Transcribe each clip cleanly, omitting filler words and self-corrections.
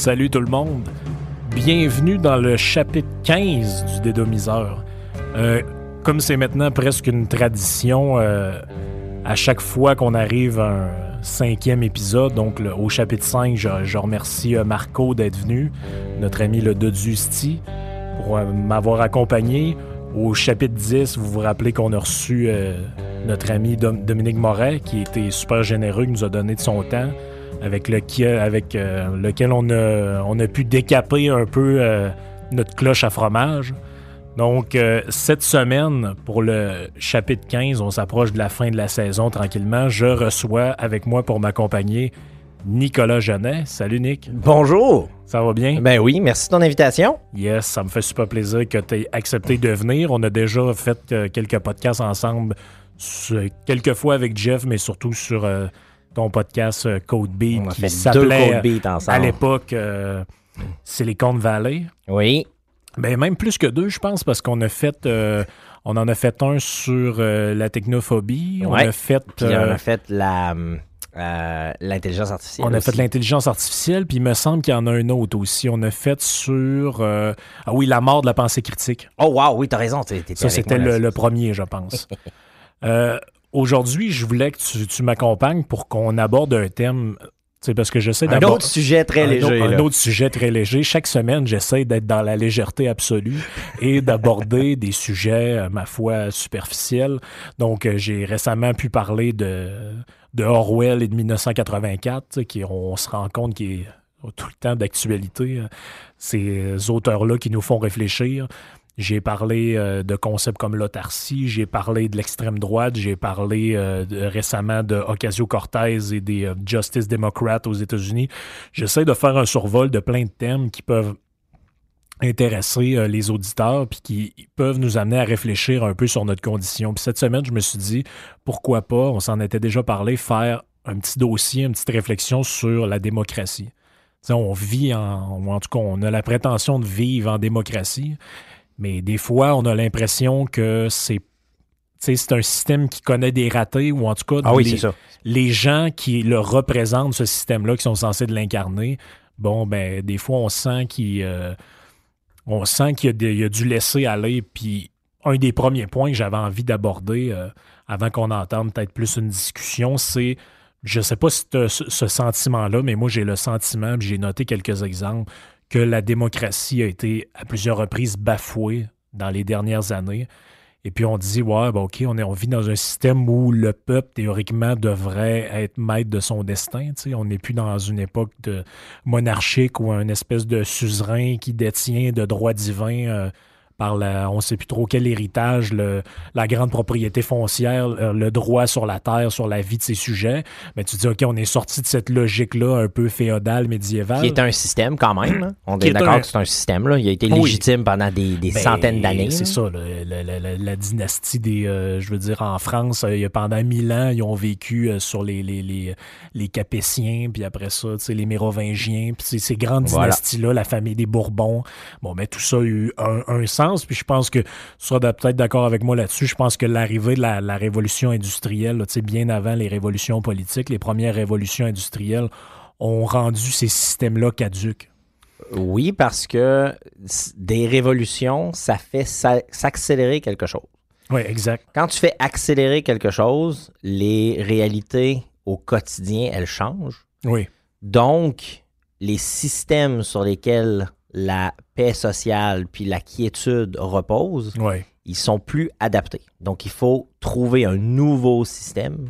Salut tout le monde. Bienvenue dans le chapitre 15 du Dédomiseur. Comme c'est maintenant presque une tradition, à chaque fois qu'on arrive à un 5e épisode, donc au chapitre 5, je remercie Marco d'être venu, notre ami le Dodusti, pour m'avoir accompagné. Au chapitre 10, vous vous rappelez qu'on a reçu notre ami Dominique Moret, qui était super généreux, qui nous a donné de son temps, avec lequel on a pu décaper un peu notre cloche à fromage. Donc, cette semaine, pour le chapitre 15, on s'approche de la fin de la saison tranquillement. Je reçois avec moi pour m'accompagner Nicolas Genet. Salut Nick. Bonjour. Ça va bien? Ben oui, merci de ton invitation. Yes, ça me fait super plaisir que tu aies accepté de venir. On a déjà fait quelques podcasts ensemble, quelques fois avec Jeff, mais surtout sur ton podcast Code Beat qui s'appelait à l'époque Silicon Valley. Oui. Ben, même plus que deux, je pense, parce qu'on a fait... on en a fait un sur la technophobie. Ouais. On a fait... Puis on a fait l'intelligence artificielle. On a fait l'intelligence artificielle, puis il me semble qu'il y en a un autre aussi. On a fait sur... ah oui, la mort de la pensée critique. Oh wow, oui, t'as raison. Ça, c'était le premier, je pense. Aujourd'hui, je voulais que tu m'accompagnes pour qu'on aborde un thème... C'est parce que j'essaie d'aborder... Un autre sujet très léger. Un autre sujet très léger. Chaque semaine, j'essaie d'être dans la légèreté absolue et d'aborder des sujets, ma foi, superficiels. Donc, j'ai récemment pu parler de Orwell et de 1984, on se rend compte qu'il est tout le temps d'actualité. Ces auteurs-là qui nous font réfléchir. J'ai parlé de concepts comme l'autarcie, j'ai parlé de l'extrême droite, j'ai parlé récemment de Ocasio-Cortez et des Justice Democrats aux États-Unis. J'essaie de faire un survol de plein de thèmes qui peuvent intéresser les auditeurs puis qui peuvent nous amener à réfléchir un peu sur notre condition. Puis cette semaine, je me suis dit, pourquoi pas, on s'en était déjà parlé, faire un petit dossier, une petite réflexion sur la démocratie. T'sais, on vit ou en tout cas, on a la prétention de vivre en démocratie. Mais des fois, on a l'impression que c'est un système qui connaît des ratés, ou en tout cas, les gens qui le représentent, ce système-là, qui sont censés de l'incarner, bon, ben, des fois, on sent qu'il y a du laisser aller. Puis, un des premiers points que j'avais envie d'aborder, avant qu'on entende peut-être plus une discussion, c'est, je sais pas si tu as ce sentiment-là, mais moi, j'ai le sentiment, puis j'ai noté quelques exemples, que la démocratie a été à plusieurs reprises bafouée dans les dernières années. Et puis on dit, ouais, ben OK, on vit dans un système où le peuple, théoriquement, devrait être maître de son destin. T'sais. On n'est plus dans une époque de monarchique ou un espèce de suzerain qui détient de droits divins par on ne sait plus trop quel héritage, la grande propriété foncière, le droit sur la terre, sur la vie de ses sujets. Mais tu dis, OK, on est sorti de cette logique-là un peu féodale, médiévale. Qui est un système quand même. Hein? On est d'accord que c'est un système. Là. Il a été légitime pendant des centaines d'années. C'est ça, la dynastie des... je veux dire, en France, pendant 1000 ans, ils ont vécu sur les Capétiens, puis après ça, les Mérovingiens, puis ces grandes dynasties-là, la famille des Bourbons. Bon, mais tout ça a eu un sens. Puis je pense que tu seras peut-être d'accord avec moi là-dessus. Je pense que l'arrivée de la révolution industrielle, là, bien avant les révolutions politiques, les premières révolutions industrielles ont rendu ces systèmes-là caducs. Oui, parce que des révolutions, ça fait s'accélérer quelque chose. Oui, exact. Quand tu fais accélérer quelque chose, les réalités au quotidien, elles changent. Oui. Donc, les systèmes sur lesquels la paix sociale puis la quiétude reposent, ils sont plus adaptés. Donc, il faut trouver un nouveau système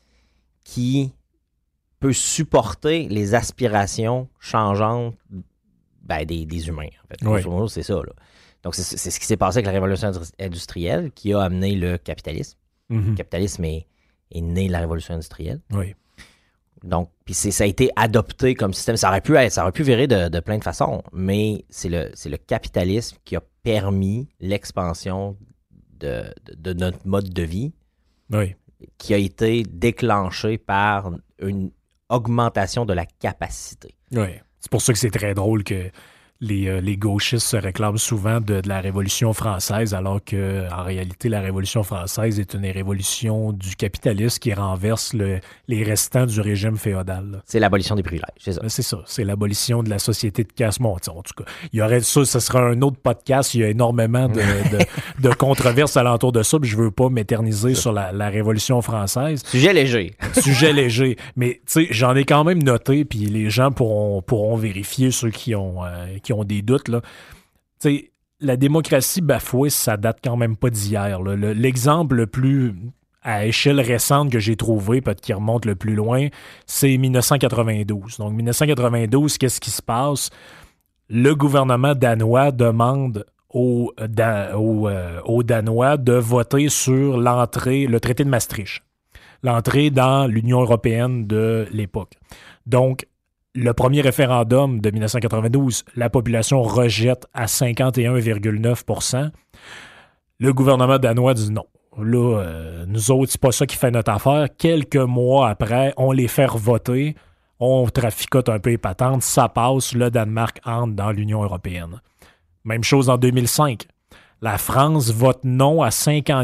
qui peut supporter les aspirations changeantes des humains. En fait. Grosso modo, c'est ça. Là. Donc, c'est ce qui s'est passé avec la révolution industrielle qui a amené le capitalisme. Le capitalisme est né de la révolution industrielle. Oui. Donc, puis ça a été adopté comme système. Ça aurait pu virer de plein de façons, mais c'est le capitalisme qui a permis l'expansion de notre mode de vie, qui a été déclenché par une augmentation de la capacité. Oui. C'est pour ça que c'est très drôle que les gauchistes se réclament souvent de la Révolution française, alors qu'en réalité, la Révolution française est une révolution du capitalisme qui renverse les restants du régime féodal. C'est l'abolition des privilèges, c'est ça. C'est ça, c'est l'abolition de la société de casse-monte. En tout cas, il y aurait ça sera un autre podcast, il y a énormément de controverses alentour de ça, puis je veux pas m'éterniser sur la Révolution française. Sujet léger. Sujet léger. Mais tu sais, j'en ai quand même noté, puis les gens pourront vérifier, ceux qui ont des doutes, là. Tu sais, la démocratie bafouée, ça date quand même pas d'hier. L'exemple le plus à échelle récente que j'ai trouvé, peut-être qui remonte le plus loin, c'est 1992. Donc, 1992, qu'est-ce qui se passe? Le gouvernement danois demande aux Danois de voter sur le traité de Maastricht, l'entrée dans l'Union européenne de l'époque. Donc, le premier référendum de 1992, la population rejette à 51,9%. Le gouvernement danois dit non. Là, nous autres, c'est pas ça qui fait notre affaire. Quelques mois après, on les fait revoter. On traficote un peu les patentes. Ça passe. Le Danemark entre dans l'Union européenne. Même chose en 2005. La France vote non à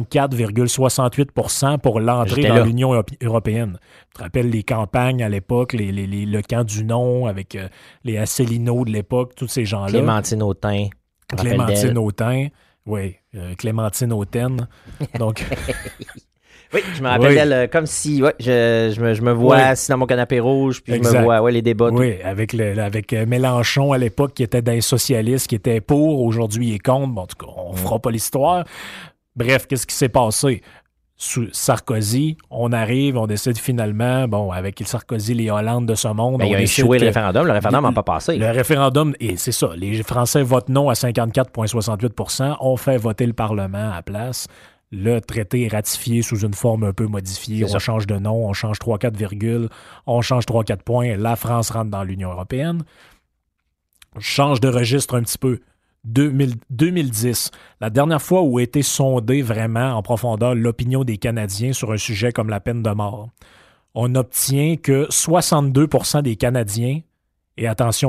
54,68% pour l'entrée dans l'Union européenne. Tu te rappelles les campagnes à l'époque, le camp du non avec les Asselineau de l'époque, tous ces gens-là. Clémentine Autain. Clémentine Autain, oui. Clémentine Autain. Donc... Oui, je me rappelle d'elle comme si je me vois assis dans mon canapé rouge, puis exact. Je me vois les débats. Oui, avec Mélenchon à l'époque qui était d'un socialiste, qui était pour, aujourd'hui il est contre. Bon, en tout cas, on ne fera pas l'histoire. Bref, qu'est-ce qui s'est passé? Sous Sarkozy, on arrive, on décide finalement, bon, avec Sarkozy, les Hollande de ce monde. Il a échoué le référendum n'a pas passé. Le référendum, et c'est ça, les Français votent non à 54,68%, on fait voter le Parlement à la place. Le traité est ratifié sous une forme un peu modifiée. On change de nom, on change 3-4 virgules, on change 3-4 points. La France rentre dans l'Union européenne. Change de registre un petit peu. 2010, la dernière fois où a été sondée vraiment en profondeur l'opinion des Canadiens sur un sujet comme la peine de mort. On obtient que 62% des Canadiens, et attention,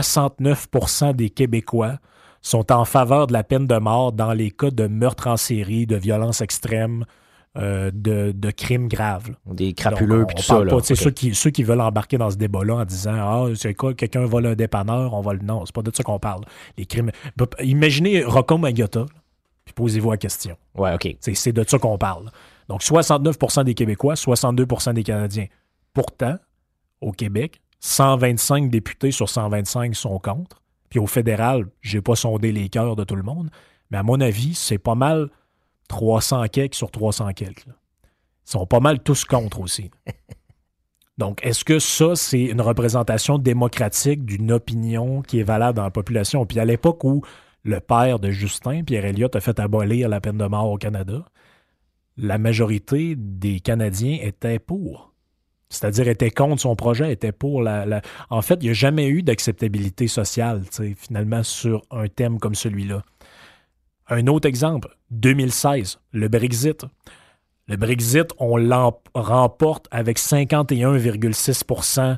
69% des Québécois, sont en faveur de la peine de mort dans les cas de meurtre en série, de violence extrême, de crimes graves. Des crapuleux et tout ça. Là. Okay. Ceux qui veulent embarquer dans ce débat-là en disant « Ah, c'est quoi, quelqu'un vole un dépanneur, on va le... » Non, c'est pas de ça qu'on parle. Les crimes... Imaginez Rocco Magnotta, puis posez-vous la question. Ouais, OK. C'est de ça qu'on parle. Donc, 69% des Québécois, 62% des Canadiens. Pourtant, au Québec, 125 députés sur 125 sont contre. Puis au fédéral, j'ai pas sondé les cœurs de tout le monde, mais à mon avis, c'est pas mal 300 quelques sur 300 quelques. Là. Ils sont pas mal tous contre aussi. Donc, est-ce que ça, c'est une représentation démocratique d'une opinion qui est valable dans la population? Puis à l'époque où le père de Justin, Pierre Elliott, a fait abolir la peine de mort au Canada, la majorité des Canadiens étaient pour. C'est-à-dire était contre son projet, était pour En fait, il n'y a jamais eu d'acceptabilité sociale, finalement, sur un thème comme celui-là. Un autre exemple, 2016, le Brexit. Le Brexit, on remporte avec 51,6%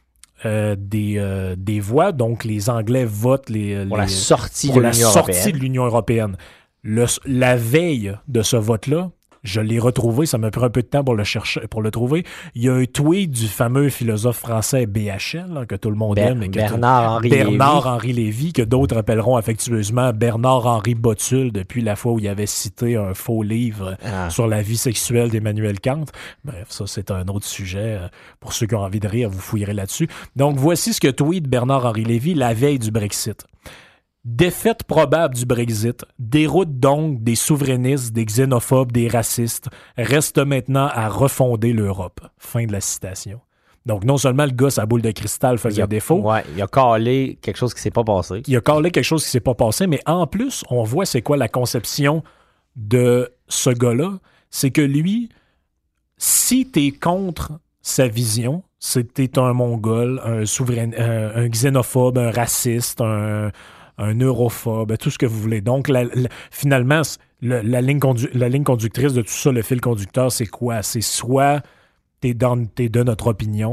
des voix. Donc, les Anglais votent pour la sortie de l'Union européenne. La veille de ce vote-là, je l'ai retrouvé, ça m'a pris un peu de temps pour le trouver. Il y a un tweet du fameux philosophe français BHL, là, que tout le monde aime. Bernard-Henri Lévy, que d'autres appelleront affectueusement Bernard-Henri Botul, depuis la fois où il avait cité un faux livre sur la vie sexuelle d'Emmanuel Kant. Bref, ça, c'est un autre sujet. Pour ceux qui ont envie de rire, vous fouillerez là-dessus. Donc, voici ce que tweet Bernard-Henri Lévy la veille du Brexit. Défaite probable du Brexit, déroute donc des souverainistes, des xénophobes, des racistes, reste maintenant à refonder l'Europe. Fin de la citation. Donc, non seulement le gars, sa boule de cristal faisait défaut. Ouais, il a calé quelque chose qui s'est pas passé. Mais en plus, on voit c'est quoi la conception de ce gars-là. C'est que lui, si t'es contre sa vision, c'est que t'es un mongol, un xénophobe, un raciste, un europhobe, tout ce que vous voulez. Donc, finalement, la ligne conductrice de tout ça, le fil conducteur, c'est quoi? C'est soit t'es de notre opinion,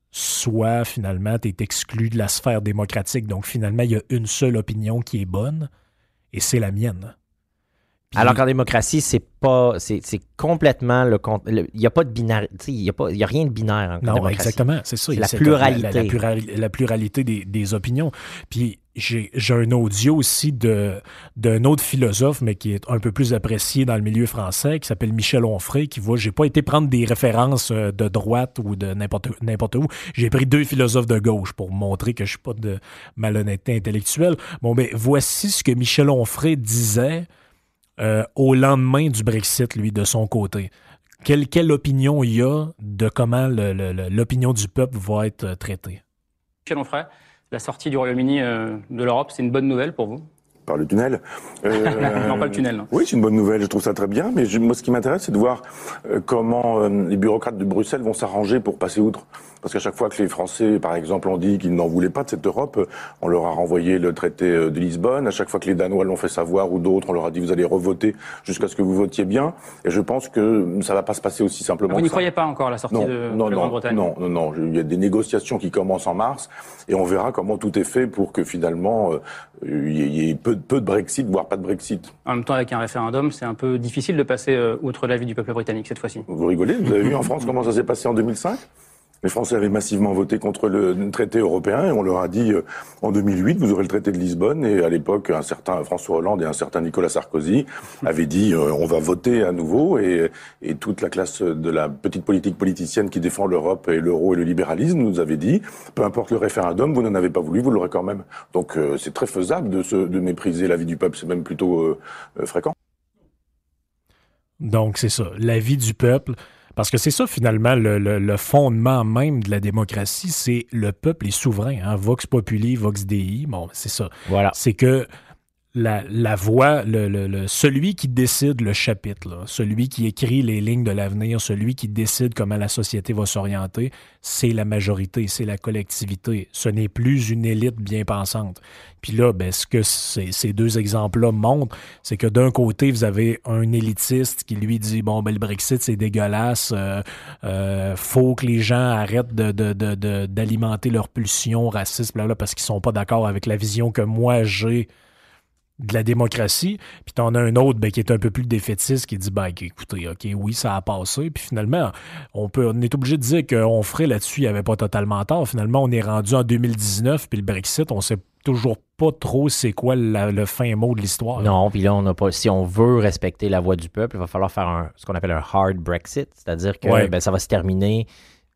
soit finalement tu es exclu de la sphère démocratique. Donc finalement, il y a une seule opinion qui est bonne et c'est la mienne. Puis, alors qu'en démocratie, c'est complètement il n'y a pas de binaire, il n'y a rien de binaire en démocratie. Non, exactement, c'est ça. C'est la pluralité. La pluralité des opinions. Puis j'ai un audio aussi d'un autre philosophe, mais qui est un peu plus apprécié dans le milieu français, qui s'appelle Michel Onfray, qui voit, j'ai pas été prendre des références de droite ou de n'importe où. J'ai pris 2 philosophes de gauche pour montrer que je suis pas de malhonnêteté intellectuelle. Bon, ben voici ce que Michel Onfray disait au lendemain du Brexit, lui, de son côté. Quelle opinion il y a de comment l'opinion du peuple va être traitée? Michel Onfray, la sortie du Royaume-Uni de l'Europe, c'est une bonne nouvelle pour vous? Par le tunnel. Non, pas le tunnel. Non. Oui, c'est une bonne nouvelle, je trouve ça très bien, mais moi ce qui m'intéresse, c'est de voir comment les bureaucrates de Bruxelles vont s'arranger pour passer outre. Parce qu'à chaque fois que les Français, par exemple, ont dit qu'ils n'en voulaient pas de cette Europe, on leur a renvoyé le traité de Lisbonne. À chaque fois que les Danois l'ont fait savoir ou d'autres, on leur a dit vous allez revoter jusqu'à ce que vous votiez bien. Et je pense que ça va pas se passer aussi simplement. Vous n'y croyez pas encore à la sortie de Grande-Bretagne? Non. Il y a des négociations qui commencent en mars et on verra comment tout est fait pour que finalement il y ait peu de Brexit, voire pas de Brexit. En même temps, avec un référendum, c'est un peu difficile de passer outre l'avis du peuple britannique cette fois-ci. Vous rigolez? Vous avez vu en France comment ça s'est passé en 2005? Les Français avaient massivement voté contre le traité européen et on leur a dit en 2008 vous aurez le traité de Lisbonne et à l'époque un certain François Hollande et un certain Nicolas Sarkozy avaient dit on va voter à nouveau et toute la classe de la petite politique politicienne qui défend l'Europe et l'euro et le libéralisme nous avait dit peu importe le référendum vous n'en avez pas voulu vous l'aurez quand même. Donc c'est très faisable de mépriser l'avis du peuple, c'est même plutôt fréquent. Donc c'est ça, l'avis du peuple. Parce que c'est ça, finalement, le fondement même de la démocratie, c'est le peuple est souverain. Hein? Vox populi, vox dei. Bon, c'est ça. Voilà. C'est que la voix, celui qui décide le chapitre, là, celui qui écrit les lignes de l'avenir, celui qui décide comment la société va s'orienter, c'est la majorité, c'est la collectivité. Ce n'est plus une élite bien pensante. Puis là, ben, ce que ces 2 exemples-là montrent, c'est que d'un côté, vous avez un élitiste qui lui dit « Bon, ben le Brexit, c'est dégueulasse. Faut que les gens arrêtent d'alimenter leurs pulsions racistes parce qu'ils sont pas d'accord avec la vision que moi j'ai de la démocratie, puis t'en as un autre qui est un peu plus défaitiste qui dit écoutez, OK, oui, ça a passé, puis finalement, on est obligé de dire qu'Onfray là-dessus, il avait pas totalement tort. Finalement, on est rendu en 2019, puis le Brexit, on sait toujours pas trop c'est quoi le fin mot de l'histoire. Non, puis là, si on veut respecter la voix du peuple, il va falloir faire ce qu'on appelle un hard Brexit, c'est-à-dire que ça va se terminer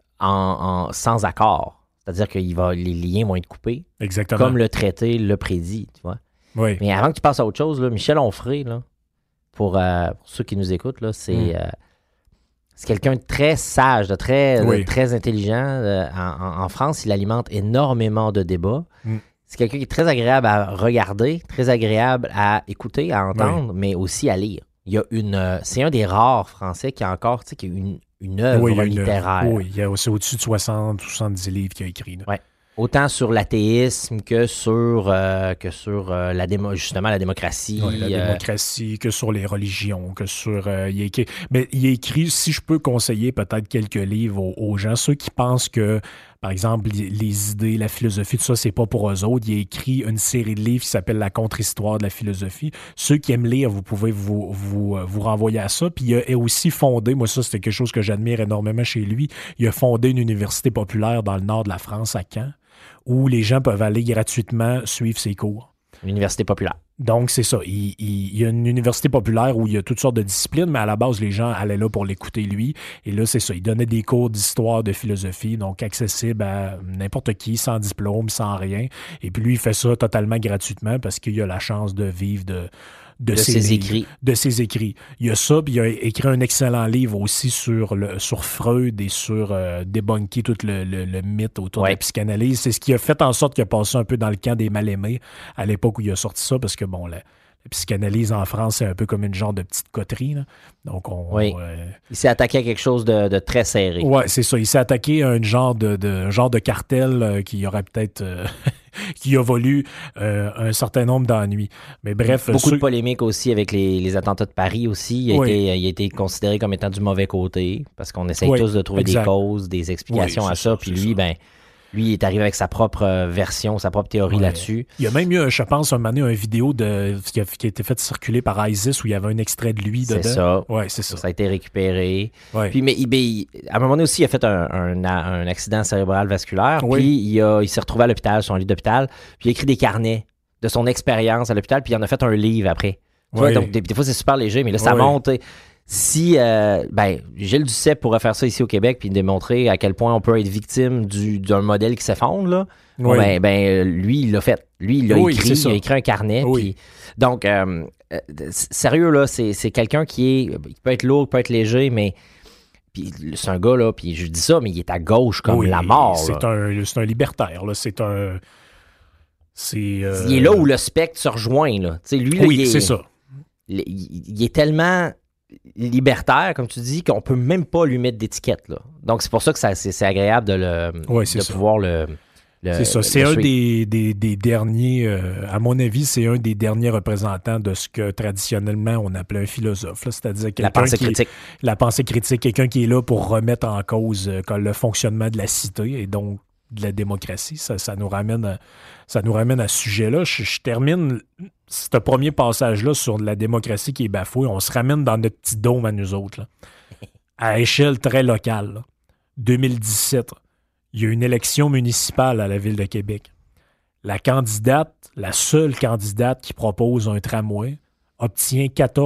sans accord. C'est-à-dire que les liens vont être coupés. Exactement. Comme le traité le prédit, tu vois. Oui. Mais avant que tu passes à autre chose, là, Michel Onfray, là, pour ceux qui nous écoutent, là, c'est quelqu'un de très sage, de très intelligent. En France, il alimente énormément de débats. C'est quelqu'un qui est très agréable à regarder, très agréable à écouter, à entendre, mais aussi à lire. C'est un des rares Français qui a encore une œuvre littéraire. Oui, il y a aussi au-dessus de 60 ou 70 livres qu'il a écrits. Oui. Autant sur l'athéisme que sur justement la démocratie. Oui, la démocratie, que sur les religions, que sur... mais il a écrit, si je peux conseiller peut-être quelques livres aux gens, ceux qui pensent que, par exemple, les idées, la philosophie, tout ça, c'est pas pour eux autres. Il a écrit une série de livres qui s'appelle La contre-histoire de la philosophie. Ceux qui aiment lire, vous pouvez vous renvoyer à ça. Puis il a aussi fondé, moi ça, c'était quelque chose que j'admire énormément chez lui, il a fondé une université populaire dans le nord de la France, à Caen, où les gens peuvent aller gratuitement suivre ses cours. L'université populaire. Donc, c'est ça. Il y a une université populaire où il y a toutes sortes de disciplines, mais à la base, les gens allaient là pour l'écouter, lui. Et là, c'est ça. Il donnait des cours d'histoire, de philosophie, donc accessibles à n'importe qui, sans diplôme, sans rien. Et puis lui, il fait ça totalement gratuitement parce qu'il a la chance de vivre de ses écrits. De ses écrits. Il y a ça, puis il a écrit un excellent livre aussi sur Freud et sur débunker tout le mythe autour de la psychanalyse. C'est ce qui a fait en sorte qu'il a passé un peu dans le camp des mal-aimés à l'époque où il a sorti ça, parce que bon, la psychanalyse en France, c'est un peu comme une genre de petite coterie. Là. Donc il s'est attaqué à quelque chose de très serré. Oui, c'est ça. Il s'est attaqué à un genre de cartel qui aurait peut-être qui a valu un certain nombre d'ennuis. Mais bref... Beaucoup de polémiques aussi avec les attentats de Paris aussi. Il a été considéré comme étant du mauvais côté, parce qu'on essaye tous de trouver des causes, des explications à ça. Puis lui, lui, il est arrivé avec sa propre version, sa propre théorie là-dessus. Il y a même eu, je pense, un moment donné, une vidéo qui a été faite circuler par ISIS où il y avait un extrait de lui dedans. C'est ça. Ouais, c'est ça. Ça a été récupéré. Ouais. Puis, mais à un moment donné aussi, il a fait un accident cérébral vasculaire. Puis il s'est retrouvé à l'hôpital, sur un lit d'hôpital. Puis il a écrit des carnets de son expérience à l'hôpital. Puis il en a fait un livre après. Tu vois, donc, des fois, c'est super léger, mais là, ça monte. Si Gilles Duceppe pourrait faire ça ici au Québec puis démontrer à quel point on peut être victime d'un modèle qui s'effondre, là, lui, il l'a fait. Lui, il l'a écrit. Il a écrit un carnet. Puis, donc, sérieux, là, c'est quelqu'un qui peut être lourd, peut être léger, mais puis c'est un gars, là, puis je dis ça, mais il est à gauche comme la mort. C'est un libertaire, là. Il est là où le spectre se rejoint, là. T'sais, lui, là, c'est ça. Il est tellement libertaire, comme tu dis, qu'on peut même pas lui mettre d'étiquette, là. Donc, c'est pour ça que c'est agréable de pouvoir le c'est ça. C'est un des derniers, à mon avis, c'est un des derniers représentants de ce que traditionnellement on appelait un philosophe. Là. C'est-à-dire la pensée critique. La pensée critique, quelqu'un qui est là pour remettre en cause le fonctionnement de la cité et donc de la démocratie. Ça nous ramène à ce sujet-là. Je termine ce premier passage-là sur la démocratie qui est bafouée. On se ramène dans notre petit dôme à nous autres, là. À échelle très locale. Là. 2017, il y a une élection municipale à la Ville de Québec. La seule candidate qui propose un tramway, obtient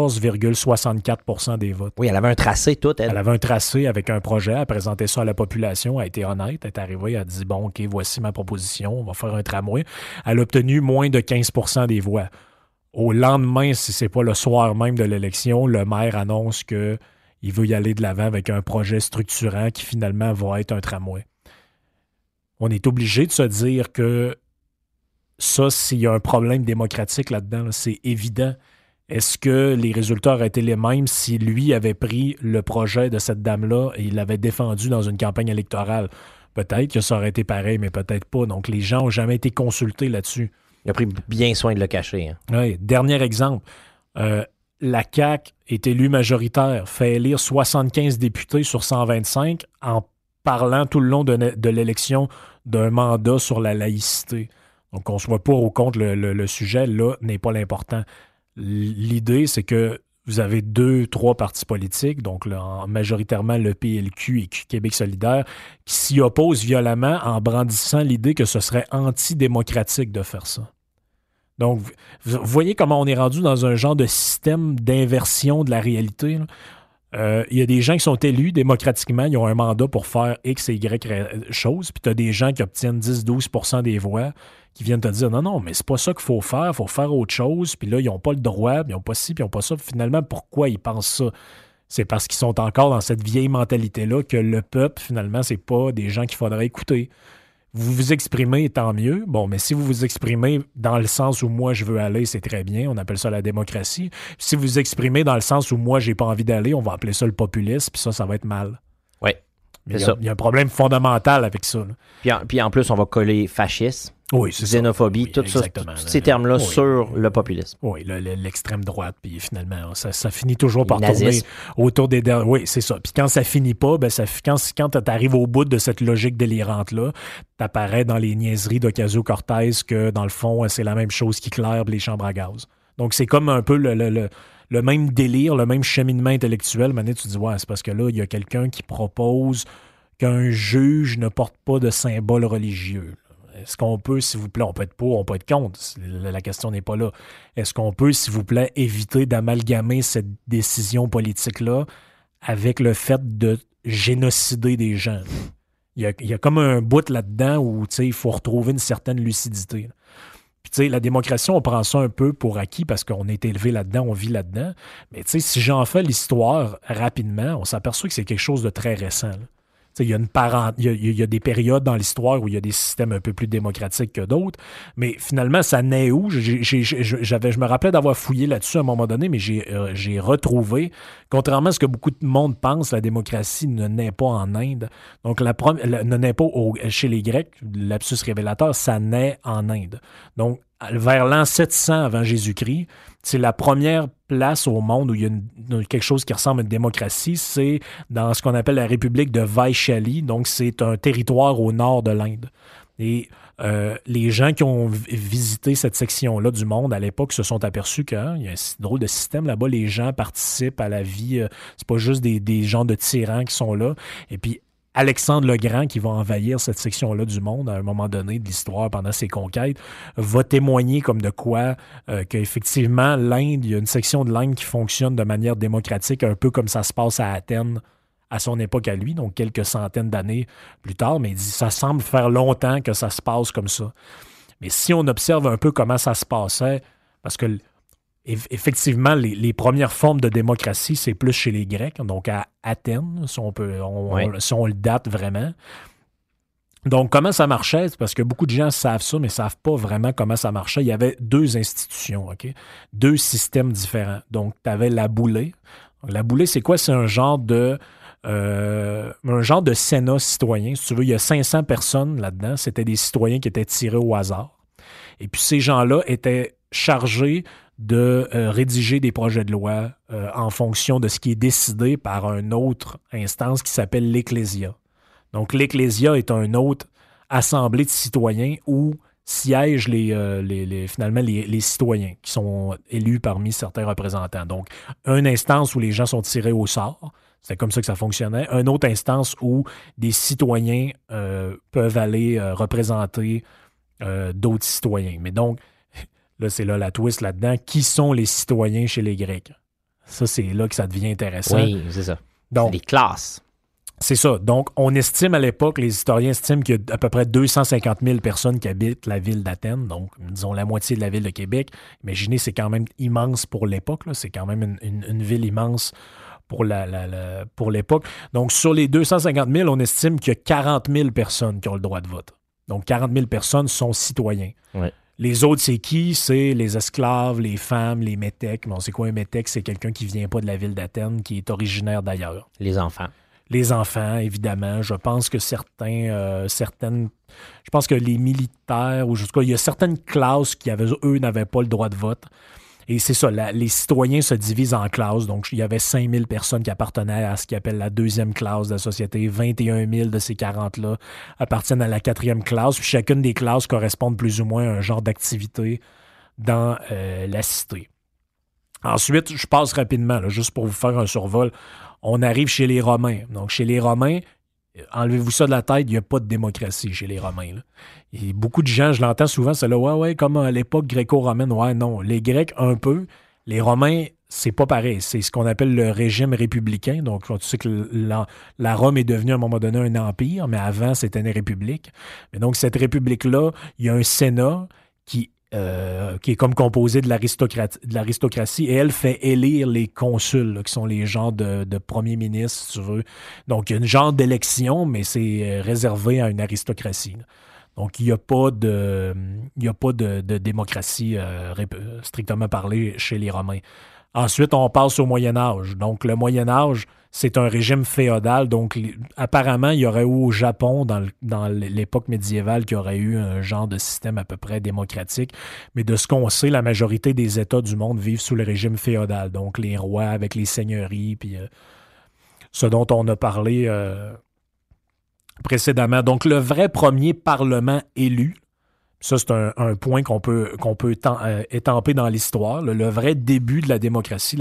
14,64 % des votes. Oui, elle avait un tracé, toute, elle. Elle avait un tracé avec un projet, elle a présenté ça à la population, elle a été honnête, elle est arrivée, elle a dit, bon, OK, voici ma proposition, on va faire un tramway. Elle a obtenu moins de 15 % des voix. Au lendemain, si c'est pas le soir même de l'élection, le maire annonce qu'il veut y aller de l'avant avec un projet structurant qui finalement va être un tramway. On est obligé de se dire que ça, s'il y a un problème démocratique là-dedans, là, c'est évident. Est-ce que les résultats auraient été les mêmes si lui avait pris le projet de cette dame-là et il l'avait défendu dans une campagne électorale? Peut-être que ça aurait été pareil, mais peut-être pas. Donc, les gens n'ont jamais été consultés là-dessus. Il a pris bien soin de le cacher. Hein. Oui. Dernier exemple. La CAQ est élue majoritaire, fait élire 75 députés sur 125 en parlant tout le long de l'élection d'un mandat sur la laïcité. Donc, qu'on ne soit pas ou contre le sujet, là, n'est pas l'important. L'idée, c'est que vous avez 2-3 partis politiques, donc là, majoritairement le PLQ et Québec solidaire, qui s'y opposent violemment en brandissant l'idée que ce serait antidémocratique de faire ça. Donc, vous voyez comment on est rendu dans un genre de système d'inversion de la réalité. Il y a des gens qui sont élus démocratiquement, ils ont un mandat pour faire X et Y choses, puis tu as des gens qui obtiennent 10-12 % des voix qui viennent te dire non, mais c'est pas ça qu'il faut faire autre chose, puis là, ils n'ont pas le droit, puis ils n'ont pas ci, puis ils n'ont pas ça. Finalement, pourquoi ils pensent ça? C'est parce qu'ils sont encore dans cette vieille mentalité-là que le peuple, finalement, c'est pas des gens qu'il faudrait écouter. Vous vous exprimez, tant mieux. Bon, mais si vous vous exprimez dans le sens où moi je veux aller, c'est très bien. On appelle ça la démocratie. Si vous vous exprimez dans le sens où moi j'ai pas envie d'aller, on va appeler ça le populisme, puis ça va être mal. Oui. Il y a un problème fondamental avec ça. Puis en plus, on va coller fascisme, xénophobie, tout ça, tous ces termes-là sur le populisme. Oui, l'extrême droite, puis finalement, ça finit toujours par tourner autour des... Oui, c'est ça. Puis quand ça finit pas, quand tu arrives au bout de cette logique délirante-là, t'apparais dans les niaiseries d'Ocasio-Cortez que, dans le fond, c'est la même chose qu'Hitler et les chambres à gaz. Donc, c'est comme un peu le même délire, le même cheminement intellectuel. Maintenant, tu te dis, ouais, c'est parce que là, il y a quelqu'un qui propose qu'un juge ne porte pas de symbole religieux. Est-ce qu'on peut, s'il vous plaît, on peut être pour, on peut être contre, la question n'est pas là. Est-ce qu'on peut, s'il vous plaît, éviter d'amalgamer cette décision politique-là avec le fait de génocider des gens? Il y a comme un bout là-dedans où, il faut retrouver une certaine lucidité. Puis, la démocratie, on prend ça un peu pour acquis parce qu'on est élevé là-dedans, on vit là-dedans. Mais, si j'en fais l'histoire rapidement, on s'aperçoit que c'est quelque chose de très récent. Il y a des périodes dans l'histoire où il y a des systèmes un peu plus démocratiques que d'autres, mais finalement, ça naît où? Je me rappelais d'avoir fouillé là-dessus à un moment donné, mais j'ai retrouvé, contrairement à ce que beaucoup de monde pense, la démocratie ne naît pas en Inde. Donc, ne naît pas chez les Grecs, lapsus révélateur, ça naît en Inde. Donc, vers l'an 700 avant Jésus-Christ, c'est la première place au monde où il y a quelque chose qui ressemble à une démocratie, c'est dans ce qu'on appelle la République de Vaishali. Donc, c'est un territoire au nord de l'Inde. Et les gens qui ont visité cette section-là du monde à l'époque se sont aperçus qu'il y a un drôle de système là-bas. Les gens participent à la vie. C'est pas juste des gens de tyrans qui sont là. Et puis, Alexandre le Grand, qui va envahir cette section-là du monde à un moment donné de l'histoire pendant ses conquêtes, va témoigner comme de quoi qu'effectivement, l'Inde, il y a une section de l'Inde qui fonctionne de manière démocratique, un peu comme ça se passe à Athènes à son époque à lui, donc quelques centaines d'années plus tard, mais il dit ça semble faire longtemps que ça se passe comme ça. Mais si on observe un peu comment ça se passait, parce que effectivement, les premières formes de démocratie, c'est plus chez les Grecs, donc à Athènes, si on le date vraiment. Donc, comment ça marchait? C'est parce que beaucoup de gens savent ça, mais ne savent pas vraiment comment ça marchait. Il y avait deux institutions, OK? Deux systèmes différents. Donc, tu avais la boulée. La boulée, c'est quoi? C'est un genre de Sénat citoyen. Si tu veux, il y a 500 personnes là-dedans. C'était des citoyens qui étaient tirés au hasard. Et puis, ces gens-là étaient chargés de rédiger des projets de loi en fonction de ce qui est décidé par une autre instance qui s'appelle l'Ecclésia. Donc, l'Ecclésia est une autre assemblée de citoyens où siègent finalement les citoyens qui sont élus parmi certains représentants. Donc, une instance où les gens sont tirés au sort, c'est comme ça que ça fonctionnait. Une autre instance où des citoyens peuvent aller représenter d'autres citoyens. Mais donc, là, c'est là la twist là-dedans. Qui sont les citoyens chez les Grecs? Ça, c'est là que ça devient intéressant. Oui, c'est ça. Donc, c'est des classes. C'est ça. Donc, on estime à l'époque, les historiens estiment qu'il y a à peu près 250 000 personnes qui habitent la ville d'Athènes, donc disons la moitié de la ville de Québec. Imaginez, c'est quand même immense pour l'époque. Là. C'est quand même une ville immense pour l'époque. Donc, sur les 250 000, on estime qu'il y a 40 000 personnes qui ont le droit de vote. Donc, 40 000 personnes sont citoyens. Ouais. Les autres, c'est qui? C'est les esclaves, les femmes, les métèques. Bon, c'est quoi un métèque? C'est quelqu'un qui vient pas de la ville d'Athènes, qui est originaire d'ailleurs. Les enfants. Les enfants, évidemment. Je pense que certaines... Je pense que les militaires, ou en tout cas, il y a certaines classes qui, eux, n'avaient pas le droit de vote. Et c'est ça, les citoyens se divisent en classes. Donc, il y avait 5 000 personnes qui appartenaient à ce qu'ils appellent la deuxième classe de la société. 21 000 de ces 40-là appartiennent à la quatrième classe. Puis chacune des classes correspond plus ou moins à un genre d'activité dans la cité. Ensuite, je passe rapidement, là, juste pour vous faire un survol. On arrive chez les Romains. Donc, chez les Romains, enlevez-vous ça de la tête, il n'y a pas de démocratie chez les Romains. Là. Et beaucoup de gens, je l'entends souvent, c'est là, ouais, comme à l'époque gréco-romaine. Ouais, non. Les Grecs, un peu. Les Romains, c'est pas pareil. C'est ce qu'on appelle le régime républicain. Donc, tu sais que la Rome est devenue à un moment donné un empire, mais avant, c'était une république. Mais donc, cette république-là, il y a un Sénat qui est comme composé de l'aristocratie, et elle fait élire les consuls, là, qui sont les genres de premiers ministres, si tu veux. Donc, il y a une genre d'élection, mais c'est réservé à une aristocratie. Là. Donc, il n'y a pas de démocratie strictement parlée chez les Romains. Ensuite, on passe au Moyen Âge. Donc, le Moyen Âge, c'est un régime féodal. Donc, apparemment, il y aurait eu au Japon, dans l'époque médiévale, qu'il y aurait eu un genre de système à peu près démocratique. Mais de ce qu'on sait, la majorité des États du monde vivent sous le régime féodal. Donc, les rois avec les seigneuries, puis ce dont on a parlé précédemment. Donc, le vrai premier parlement élu, ça, c'est un point qu'on peut étamper dans l'histoire. Le vrai début de la démocratie,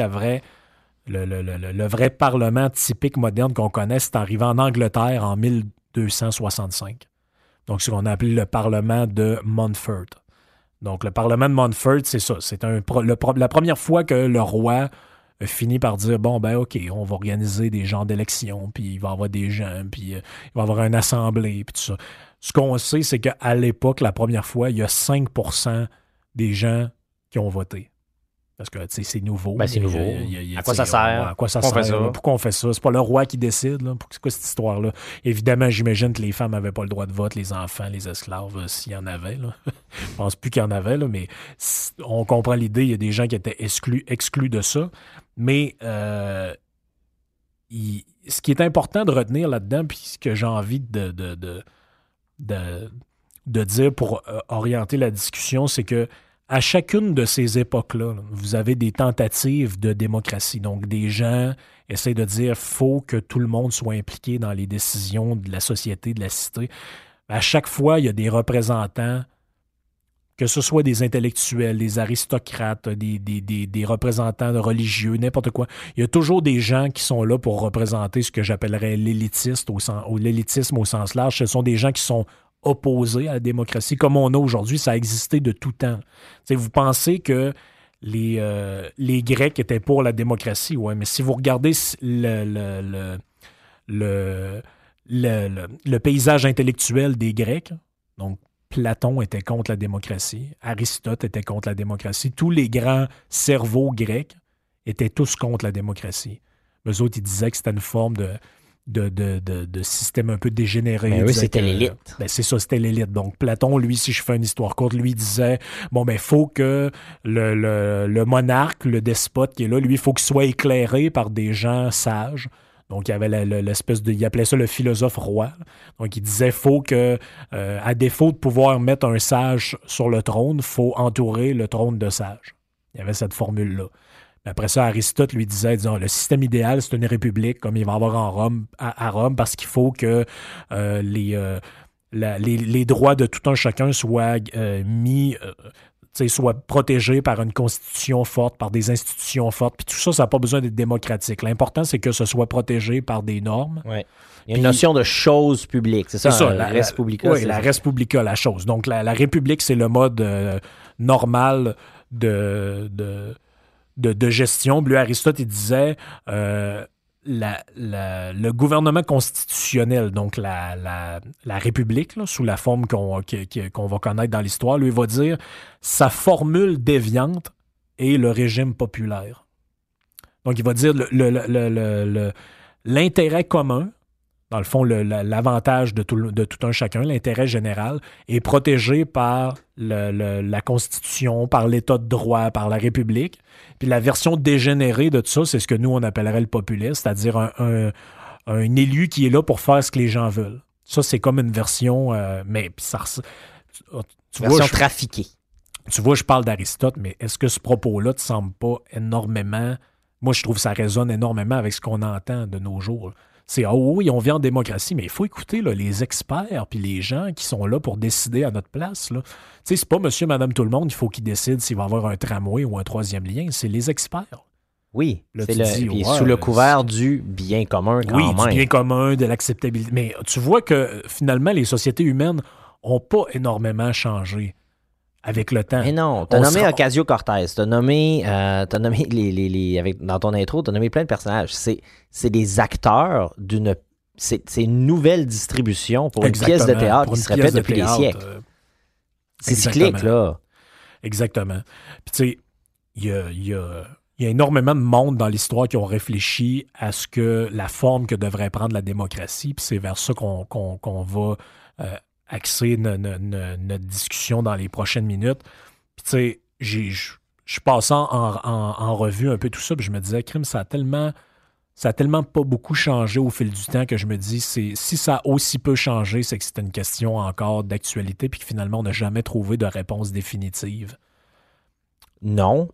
le vrai parlement typique moderne qu'on connaît, c'est arrivé en Angleterre en 1265. Donc, c'est ce qu'on a appelé le parlement de Montfort. Donc, le parlement de Montfort, c'est ça. C'est la première fois que le roi finit par dire, bon, ben OK, on va organiser des genres d'élections, puis il va y avoir des gens, puis il va y avoir une assemblée, puis tout ça. Ce qu'on sait, c'est qu'à l'époque, la première fois, il y a 5% des gens qui ont voté. Parce que c'est nouveau. C'est nouveau. À quoi ça sert? À quoi ça sert? Pourquoi on fait ça? C'est pas le roi qui décide. C'est quoi cette histoire-là? Évidemment, j'imagine que les femmes n'avaient pas le droit de vote, les enfants, les esclaves, s'il y en avait. Là. Je pense plus qu'il y en avait, là, mais on comprend l'idée. Il y a des gens qui étaient exclus de ça. Mais ce qui est important de retenir là-dedans, puis ce que j'ai envie de dire pour orienter la discussion, c'est que à chacune de ces époques-là, vous avez des tentatives de démocratie. Donc, des gens essaient de dire faut que tout le monde soit impliqué dans les décisions de la société, de la cité. À chaque fois, il y a des représentants, que ce soit des intellectuels, des aristocrates, des représentants religieux, n'importe quoi. Il y a toujours des gens qui sont là pour représenter ce que j'appellerais l'élitisme au sens large. Ce sont des gens qui sont opposés à la démocratie, comme on a aujourd'hui, ça a existé de tout temps. T'sais, vous pensez que les Grecs étaient pour la démocratie, ouais, mais si vous regardez le paysage intellectuel des Grecs, donc Platon était contre la démocratie, Aristote était contre la démocratie, tous les grands cerveaux grecs étaient tous contre la démocratie. Eux autres, ils disaient que c'était une forme de système un peu dégénéré. Mais oui, c'était l'élite. C'est ça, c'était l'élite. Donc, Platon, lui, si je fais une histoire courte, lui disait, faut que le monarque, le despote qui est là, lui, il faut qu'il soit éclairé par des gens sages. Donc, il y avait l'espèce de... Il appelait ça le philosophe roi. Donc, il disait, faut que, à défaut de pouvoir mettre un sage sur le trône, il faut entourer le trône de sages. Il y avait cette formule-là. Après ça, Aristote lui disait, disons, le système idéal, c'est une république, comme il va y avoir à Rome, parce qu'il faut que les droits de tout un chacun soient soient protégés par une constitution forte, par des institutions fortes. Puis tout ça, ça n'a pas besoin d'être démocratique. L'important, c'est que ce soit protégé par des normes. Ouais. Il y a une notion de chose publique, c'est ça, la res publica. Oui, la res publica, la chose. Donc, la république, c'est le mode normal de gestion. Lui, Aristote, il disait le gouvernement constitutionnel, donc la République, là, sous la forme qu'on va connaître dans l'histoire, lui, il va dire sa formule déviante est le régime populaire. Donc, il va dire l'intérêt commun, dans le fond, l'avantage de tout un chacun, l'intérêt général, est protégé par la Constitution, par l'État de droit, par la République. Puis la version dégénérée de tout ça, c'est ce que nous, on appellerait le populisme, c'est-à-dire un élu qui est là pour faire ce que les gens veulent. Ça, c'est comme une version... version trafiquée. Tu vois, je parle d'Aristote, mais est-ce que ce propos-là ne te semble pas énormément... Moi, je trouve que ça résonne énormément avec ce qu'on entend de nos jours. C'est « Ah oui, on vit en démocratie », mais il faut écouter là, les experts puis les gens qui sont là pour décider à notre place. Là. C'est pas monsieur, madame, tout le monde, il faut qu'ils décident s'il va y avoir un tramway ou un troisième lien. C'est les experts. Oui, là, sous le couvert du bien commun quand même. Oui, du bien commun, de l'acceptabilité. Mais tu vois que finalement, les sociétés humaines n'ont pas énormément changé avec le temps. Mais non, t'as nommé Ocasio-Cortez, t'as nommé dans ton intro, t'as nommé plein de personnages. C'est des acteurs c'est une nouvelle distribution pour une pièce de théâtre qui se répète depuis des siècles. C'est cyclique, là. Exactement. Puis tu sais, il y a énormément de monde dans l'histoire qui ont réfléchi à ce que la forme que devrait prendre la démocratie, puis c'est vers ça qu'on va axer notre discussion dans les prochaines minutes. Puis tu sais, je passais en revue un peu tout ça, puis je me disais, crime, ça a tellement pas beaucoup changé au fil du temps que je me dis, si ça a aussi peu changé, c'est que c'est une question encore d'actualité, puis que finalement, on n'a jamais trouvé de réponse définitive. Non.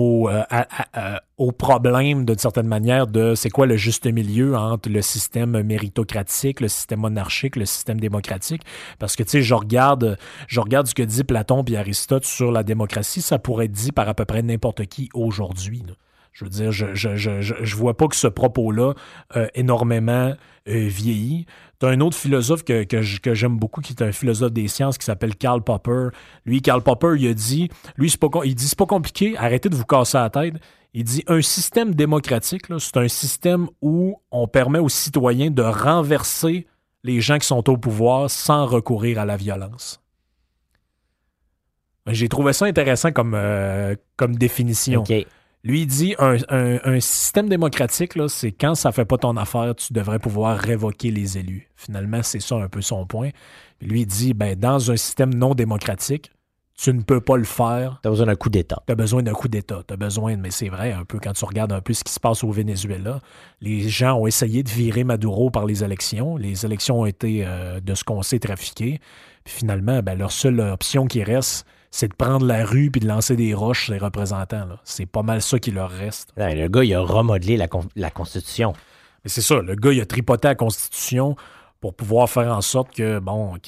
Au problème, d'une certaine manière, de c'est quoi le juste milieu entre le système méritocratique, le système monarchique, le système démocratique. Parce que, tu sais, je regarde ce que dit Platon et Aristote sur la démocratie, ça pourrait être dit par à peu près n'importe qui aujourd'hui, là. Je veux dire, je vois pas que ce propos-là énormément vieilli. Tu as un autre philosophe que j'aime beaucoup, qui est un philosophe des sciences, qui s'appelle Karl Popper. Lui, Karl Popper, il a dit, c'est pas compliqué, arrêtez de vous casser la tête. Il dit, un système démocratique, là, c'est un système où on permet aux citoyens de renverser les gens qui sont au pouvoir sans recourir à la violence. J'ai trouvé ça intéressant comme définition. Okay. Lui, il dit un système démocratique, là, c'est quand ça fait pas ton affaire, tu devrais pouvoir révoquer les élus. Finalement, c'est ça un peu son point. Puis lui, il dit, dans un système non démocratique, tu ne peux pas le faire. Tu as besoin d'un coup d'État. Tu as besoin d'un coup d'État. Mais c'est vrai, un peu, quand tu regardes un peu ce qui se passe au Venezuela, les gens ont essayé de virer Maduro par les élections. Les élections ont été, de ce qu'on sait, trafiquées. Puis finalement, leur seule option qui reste, c'est de prendre la rue puis de lancer des roches sur les représentants. Là. C'est pas mal ça qui leur reste. Ouais, le gars, il a remodelé la Constitution. Mais c'est ça, le gars, il a tripoté la Constitution pour pouvoir faire en sorte que,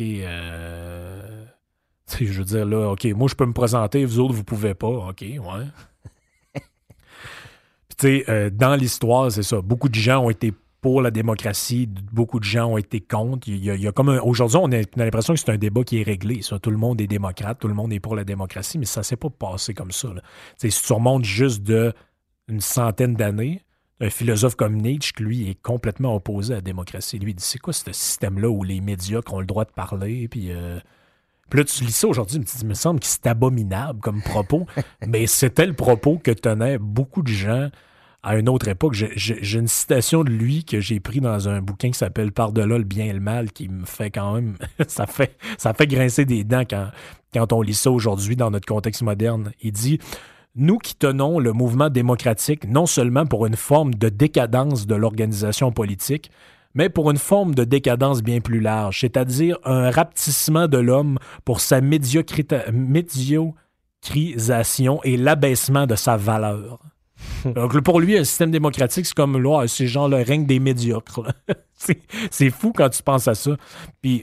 je veux dire, là, OK, moi, je peux me présenter, vous autres, vous pouvez pas. OK, ouais. Puis, tu sais, dans l'histoire, c'est ça. Beaucoup de gens ont été pour la démocratie, beaucoup de gens ont été contre. Il y a comme aujourd'hui, on a l'impression que c'est un débat qui est réglé. Ça. Tout le monde est démocrate, tout le monde est pour la démocratie, mais ça ne s'est pas passé comme ça. Si tu remontes juste d'une centaine d'années, un philosophe comme Nietzsche, lui, est complètement opposé à la démocratie. Lui, il dit, c'est quoi ce système-là où les médiocres ont le droit de parler, puis là, tu lis ça aujourd'hui, il me semble que c'est abominable comme propos, mais c'était le propos que tenaient beaucoup de gens à une autre époque. J'ai une citation de lui que j'ai pris dans un bouquin qui s'appelle « Par-delà le bien et le mal » qui me fait quand même... ça fait grincer des dents quand on lit ça aujourd'hui dans notre contexte moderne. Il dit « Nous qui tenons le mouvement démocratique non seulement pour une forme de décadence de l'organisation politique, mais pour une forme de décadence bien plus large, c'est-à-dire un rapetissement de l'homme pour sa médiocrisation et l'abaissement de sa valeur. » Donc, pour lui, un système démocratique, c'est comme là, c'est genre le règne des médiocres. C'est fou quand tu penses à ça. Puis,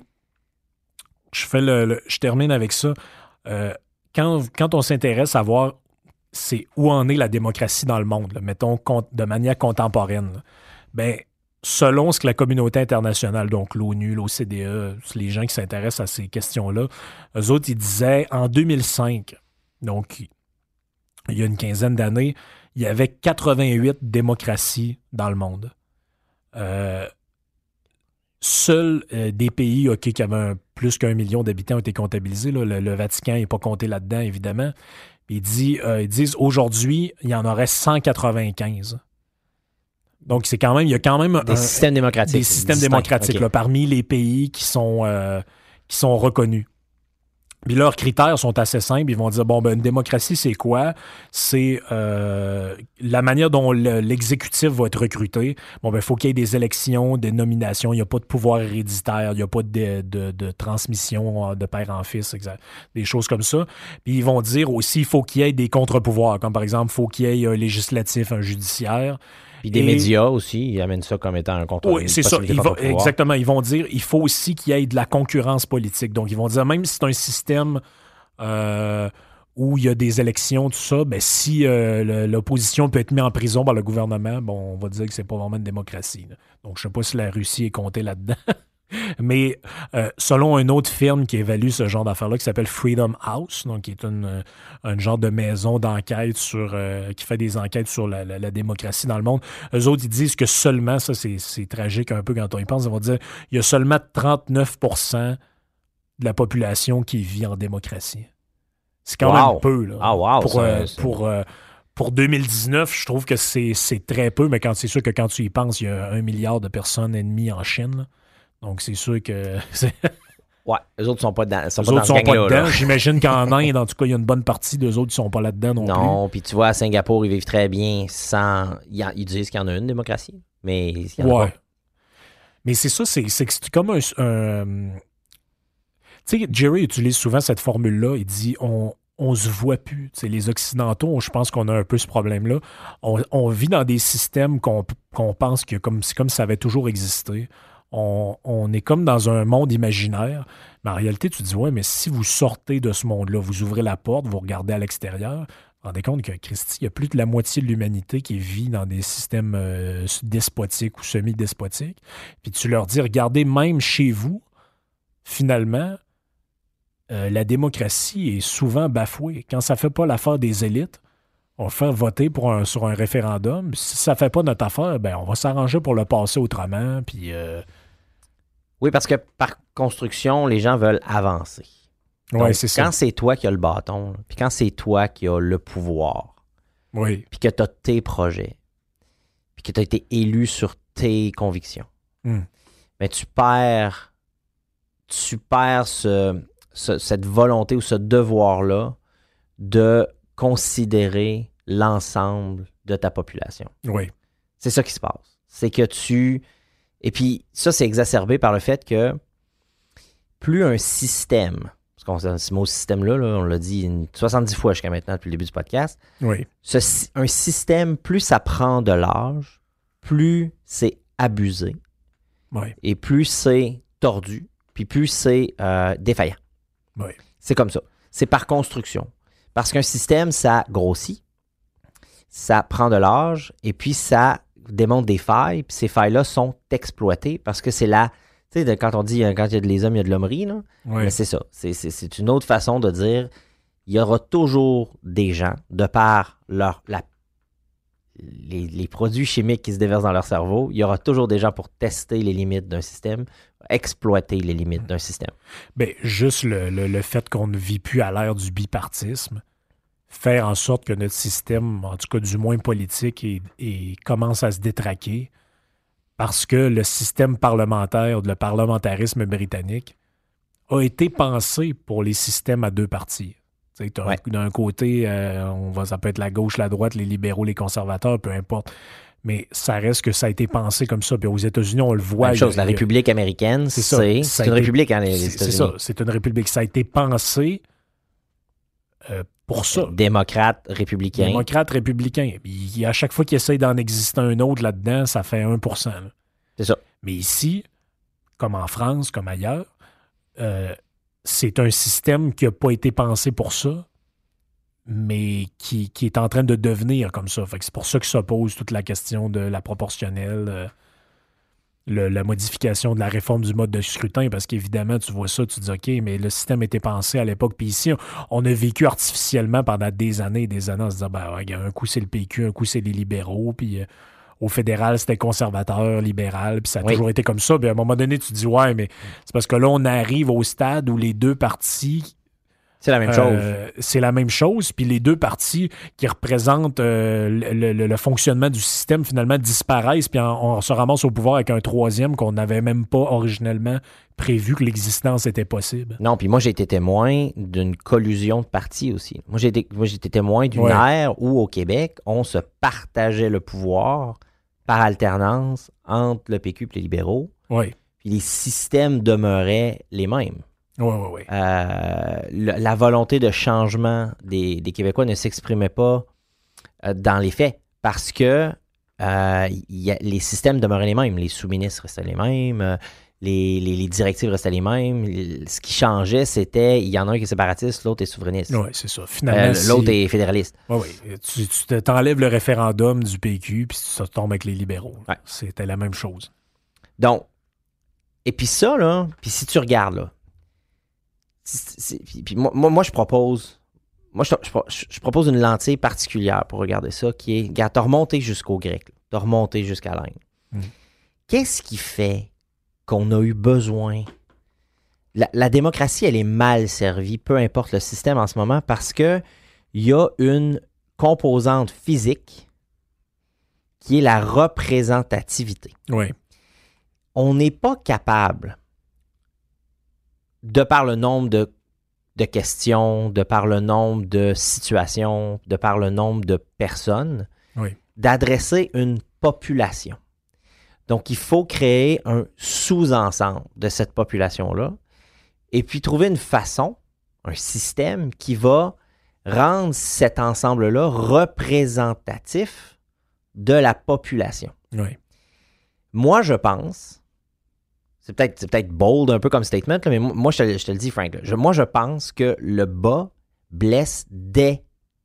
je termine avec ça. Quand on s'intéresse à voir où en est la démocratie dans le monde, là, mettons de manière contemporaine, selon ce que la communauté internationale, donc l'ONU, l'OCDE, les gens qui s'intéressent à ces questions-là, eux autres, ils disaient en 2005, donc il y a une quinzaine d'années, il y avait 88 démocraties dans le monde. Seuls des pays qui avaient plus qu'1 million d'habitants ont été comptabilisés. Là. Le Vatican n'est pas compté là-dedans, évidemment. Ils disent aujourd'hui, il y en aurait 195. Donc, il y a quand même des systèmes démocratiques. Des systèmes démocratiques là, parmi les pays qui sont reconnus. Puis leurs critères sont assez simples. Ils vont dire, une démocratie, c'est quoi? C'est la manière dont l'exécutif va être recruté. Il faut qu'il y ait des élections, des nominations. Il n'y a pas de pouvoir héréditaire. Il n'y a pas de transmission de père en fils, des choses comme ça. Puis ils vont dire aussi, il faut qu'il y ait des contre-pouvoirs. Comme par exemple, il faut qu'il y ait un législatif, un judiciaire. Puis des médias aussi, ils amènent ça comme étant un contrôle. Oui, c'est ça. Exactement. Ils vont dire il faut aussi qu'il y ait de la concurrence politique. Donc, ils vont dire même si c'est un système où il y a des élections, tout ça, si l'opposition peut être mise en prison par le gouvernement, on va dire que c'est pas vraiment une démocratie. Là. Donc, je sais pas si la Russie est comptée là-dedans. Mais selon une autre firme qui évalue ce genre d'affaires-là, qui s'appelle Freedom House, donc qui est un genre de maison d'enquête qui fait des enquêtes sur la démocratie dans le monde, eux autres, ils disent que seulement, ça c'est tragique un peu quand on y pense, ils vont dire il y a seulement 39% de la population qui vit en démocratie. C'est quand même peu. Là. Ah, wow! Pour 2019, je trouve que c'est très peu, mais c'est sûr que quand tu y penses, il y a 1 milliard de personnes et demie en Chine, là. Donc, c'est sûr que... Ouais, eux autres sont pas dedans. Eux autres sont pas dedans. J'imagine qu'en Inde, en tout cas, il y a une bonne partie d'eux autres qui sont pas là-dedans non plus. Non, puis tu vois, à Singapour, ils vivent très bien sans... Ils disent qu'il y en a une démocratie, mais il y en a pas. Mais c'est ça, c'est comme un... Tu sais, Jerry utilise souvent cette formule-là. Il dit, on se voit plus. T'sais, les Occidentaux, je pense qu'on a un peu ce problème-là. On vit dans des systèmes qu'on pense que c'est comme si ça avait toujours existé. On est comme dans un monde imaginaire, mais en réalité, tu te dis, ouais, mais si vous sortez de ce monde-là, vous ouvrez la porte, vous regardez à l'extérieur, vous vous rendez compte que, Christy, il y a plus de la moitié de l'humanité qui vit dans des systèmes despotiques ou semi-despotiques. Puis tu leur dis, regardez, même chez vous, finalement, la démocratie est souvent bafouée. Quand ça ne fait pas l'affaire des élites, on va faire voter sur un référendum. Si ça ne fait pas notre affaire, on va s'arranger pour le passer autrement. Puis, Oui, parce que par construction, les gens veulent avancer. Oui, c'est ça. Quand c'est toi qui as le bâton, puis quand c'est toi qui as le pouvoir, oui. puis que tu as tes projets, puis que tu as été élu sur tes convictions, mais tu perds cette volonté ou ce devoir-là de considérer l'ensemble de ta population. Oui. C'est ça qui se passe. C'est que Et puis, ça, c'est exacerbé par le fait que plus un système, parce qu'on ce mot système-là, là, on l'a dit 70 fois jusqu'à maintenant depuis le début du podcast, oui. Un système, plus ça prend de l'âge, plus c'est abusé, oui. et plus c'est tordu, puis plus c'est défaillant. Oui. C'est comme ça. C'est par construction. Parce qu'un système, ça grossit, ça prend de l'âge, et puis ça démontre des failles, puis ces failles-là sont exploitées parce que c'est là, tu sais, quand on dit quand il y a de les hommes, il y a de l'hommerie, là, oui. mais c'est ça. C'est une autre façon de dire il y aura toujours des gens, de par les produits chimiques qui se déversent dans leur cerveau, il y aura toujours des gens pour tester les limites d'un système, exploiter les limites d'un système. Bien, juste le fait qu'on ne vit plus à l'ère du bipartisme, faire en sorte que notre système, en tout cas du moins politique, commence à se détraquer parce que le système parlementaire, le parlementarisme britannique, a été pensé pour les systèmes à deux partis. Ouais. D'un côté, ça peut être la gauche, la droite, les libéraux, les conservateurs, peu importe. Mais ça reste que ça a été pensé comme ça. Puis aux États-Unis, on le voit. Même chose, la République américaine, c'est une république, hein, les États-Unis. C'est ça, c'est une république. Ça a été pensé pour ça. Démocrate, républicain. Démocrate, républicain. Puis à chaque fois qu'il essaye d'en exister un autre là-dedans, ça fait 1%. Là. C'est ça. Mais ici, comme en France, comme ailleurs, c'est un système qui n'a pas été pensé pour ça, mais qui est en train de devenir comme ça. Fait que c'est pour ça que se pose toute la question de la proportionnelle, la modification de la réforme du mode de scrutin, parce qu'évidemment, tu vois ça, tu te dis, OK, mais le système était pensé à l'époque. Puis ici, on a vécu artificiellement pendant des années en se disant, un coup, c'est le PQ, un coup, c'est les libéraux, puis au fédéral, c'était conservateur, libéral, puis ça a toujours été comme ça. Puis à un moment donné, tu te dis, ouais, mais c'est parce que là, on arrive au stade où les deux partis... C'est la même chose. C'est la même chose, puis les deux partis qui représentent le fonctionnement du système, finalement, disparaissent, puis on se ramasse au pouvoir avec un troisième qu'on n'avait même pas originellement prévu que l'existence était possible. Non, puis moi, j'ai été témoin d'une collusion de partis aussi. Moi, j'ai été témoin d'une ère où, au Québec, on se partageait le pouvoir par alternance entre le PQ et les libéraux. Oui. Puis les systèmes demeuraient les mêmes. Oui. La volonté de changement des Québécois ne s'exprimait pas dans les faits parce que les systèmes demeuraient les mêmes. Les sous-ministres restaient les mêmes, les directives restaient les mêmes. Ce qui changeait, c'était il y en a un qui est séparatiste, l'autre est souverainiste. Oui, c'est ça. Finalement, l'autre est fédéraliste. Oui. Tu t'enlèves le référendum du PQ puis tu tombes avec les libéraux. Ouais. C'était la même chose. Donc, et puis ça, là, puis si tu regardes, là, puis moi, je propose... Moi, je propose une lentille particulière pour regarder ça, qui est... Regarde, t'as remonté jusqu'au grec, t'as remonté jusqu'à l'Inde. Qu'est-ce qui fait qu'on a eu besoin... La démocratie, elle est mal servie, peu importe le système en ce moment, parce que il y a une composante physique qui est la représentativité. Oui. On n'est pas capable... de par le nombre de questions, de par le nombre de situations, de par le nombre de personnes, d'adresser une population. Donc, il faut créer un sous-ensemble de cette population-là et puis trouver une façon, un système qui va rendre cet ensemble-là représentatif de la population. Oui. Moi, je pense... C'est peut-être bold un peu comme statement, là, mais moi, je te le dis, Frank. Moi, je pense que le bas blesse dès